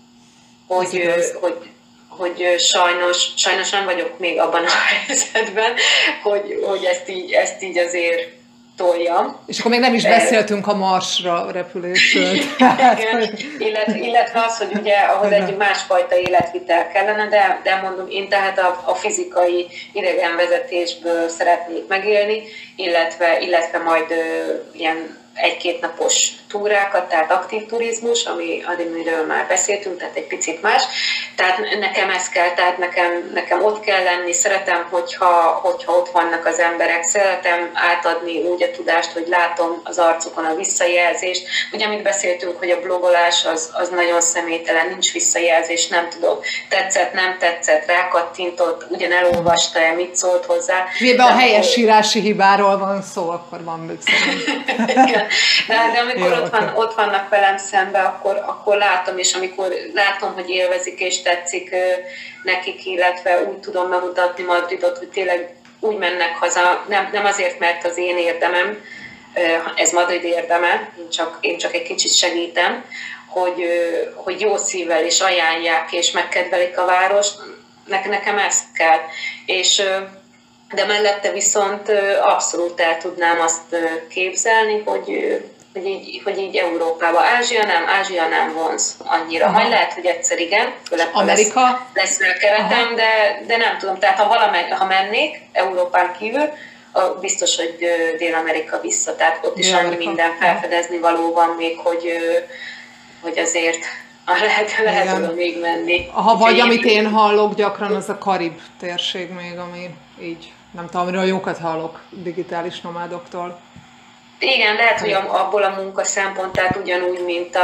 hogy sajnos nem vagyok még abban a helyzetben, hogy ezt így azért toljam. És akkor még nem is beszéltünk a Marsra repülésről. illetve az, hogy ugye ahhoz egy másfajta életvitel kellene, de mondom, én tehát a fizikai idegenvezetésből szeretnék megélni, illetve majd ilyen 1-2 napos túrákat, tehát aktív turizmus, amiről már beszéltünk, tehát egy picit más. Tehát nekem ez kell, tehát nekem ott kell lenni, szeretem, hogyha ott vannak az emberek, szeretem átadni úgy a tudást, hogy látom az arcukon a visszajelzést. Ugye, amit beszéltünk, hogy a blogolás az nagyon személytelen, nincs visszajelzés, nem tudok, tetszett, nem tetszett, rákattintott, ugyan elolvasta-e, mit szólt hozzá. Miben a helyesírási hibáról van szó, akkor van még szerintem. De amikor ott vannak velem szembe, akkor látom, és amikor látom, hogy élvezik és tetszik nekik, illetve úgy tudom bemutatni Madridot, hogy tényleg úgy mennek haza, nem azért, mert az én érdemem, ez Madrid érdeme, én csak egy kicsit segítem, hogy jó szívvel is ajánlják és megkedvelik a várost, nekem ezt kell. De mellette viszont abszolút el tudnám azt képzelni, hogy így Európába. Ázsia nem vonz annyira. Majd lehet, hogy egyszer igen, Amerika? lesz rá keretem, de nem tudom. Tehát ha mennék Európán kívül, biztos, hogy Dél-Amerika vissza. Tehát ott is annyi minden felfedezni való van még, hogy azért lehet oda még menni. Vagy amit én hallok gyakran, az a Karib térség még, ami így, nem tudom, amiről jókat hallok digitális nomádoktól. Igen, lehet, hogy abból a munka szempontját ugyanúgy,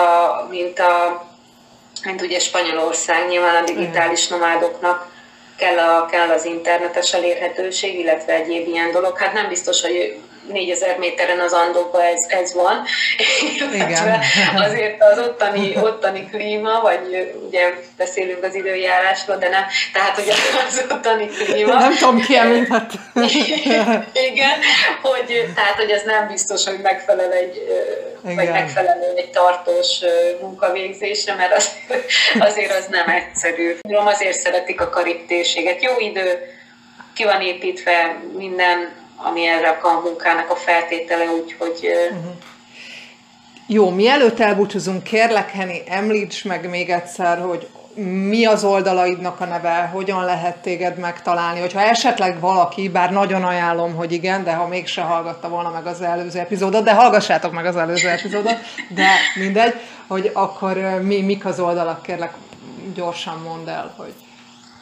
mint ugye Spanyolország, nyilván a digitális nomádoknak kell az internetes elérhetőség, illetve egyéb ilyen dolog. Hát nem biztos, hogy 4000 méteren az Andokban ez van. Igen. Azért az ottani klíma, vagy ugye beszélünk az időjárásról, de nem. Tehát ugye az ottani klíma. Nem tudom ki említett. Igen, tehát hogy ez nem biztos, hogy megfelel egy tartós munkavégzésre, mert azért az nem egyszerű. Azért szeretik a Karib térséget. Jó idő, ki van építve minden, ami erre a munkának a feltétele, úgyhogy... Jó, mielőtt elbúcsúzunk, kérlek, Henny, említs meg még egyszer, hogy mi az oldalaidnak a neve, hogyan lehet téged megtalálni, hogyha esetleg valaki, bár nagyon ajánlom, hogy igen, de ha mégse hallgatta volna meg az előző epizódot, de hallgassátok meg az előző epizódot, de mindegy, hogy akkor mik az oldalak, kérlek, gyorsan mondd el, hogy...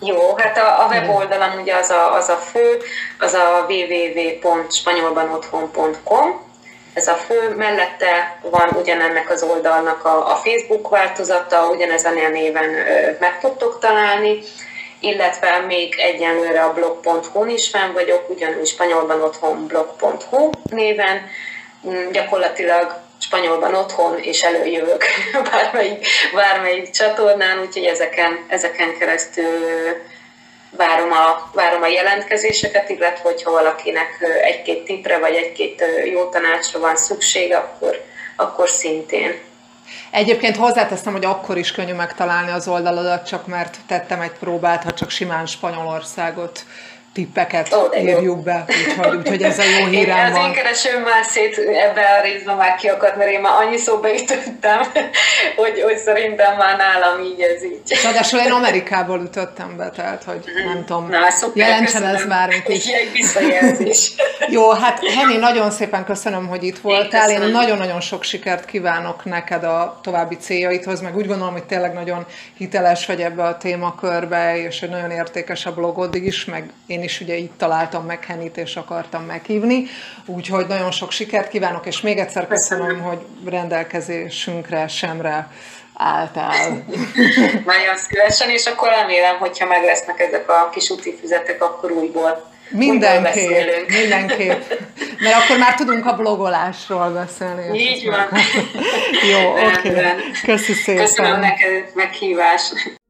Jó, hát a weboldalam ugye az a fő, az a www.spanyolbanotthon.com. Ez a fő, mellette van ugyanennek az oldalnak a Facebook változata, ugyanezen a néven meg tudtok találni, illetve még egyenlőre a blog.hu-n is fenn vagyok, ugyanúgy spanyolbanotthon.blog.hu néven, gyakorlatilag spanyolban otthon, és előjövök bármelyik csatornán, úgyhogy ezeken keresztül várom a jelentkezéseket, illetve hogyha valakinek egy-két tippre vagy egy-két jó tanácsra van szükség, akkor szintén. Egyébként hozzáteszem, hogy akkor is könnyű megtalálni az oldaladat, csak mert tettem egy próbát, ha csak simán Spanyolországot tippeket írjuk be, úgyhogy ez a jó hírem van. Az én keresőm már szét ebben a részben már kiakadt, mert én már annyi szóba ütöttem, hogy szerintem már nálam így ez így. Ráadásul én Amerikából ütöttem be, tehát hogy nem tudom, jelentsen ez bármit is. Egy visszajelzés. Jó, hát Henny, nagyon szépen köszönöm, hogy itt voltál. Én nagyon-nagyon sok sikert kívánok neked a további céljaidhoz, meg úgy gondolom, hogy tényleg nagyon hiteles vagy ebbe a témakörbe, és hogy nagyon értékes a blogod is, meg én is ugye itt találtam meg Hennyt, és akartam meghívni, úgyhogy nagyon sok sikert kívánok, és még egyszer köszönöm, hogy rendelkezésünkre semre álltál. Nagyon szívesen, és akkor remélem, hogyha meg lesznek ezek a kis útifüzetek, akkor újból Mindenképp. Mert akkor már tudunk a blogolásról beszélni. Így van. Jó, oké. Köszi szépen. Köszönöm neked meghívást.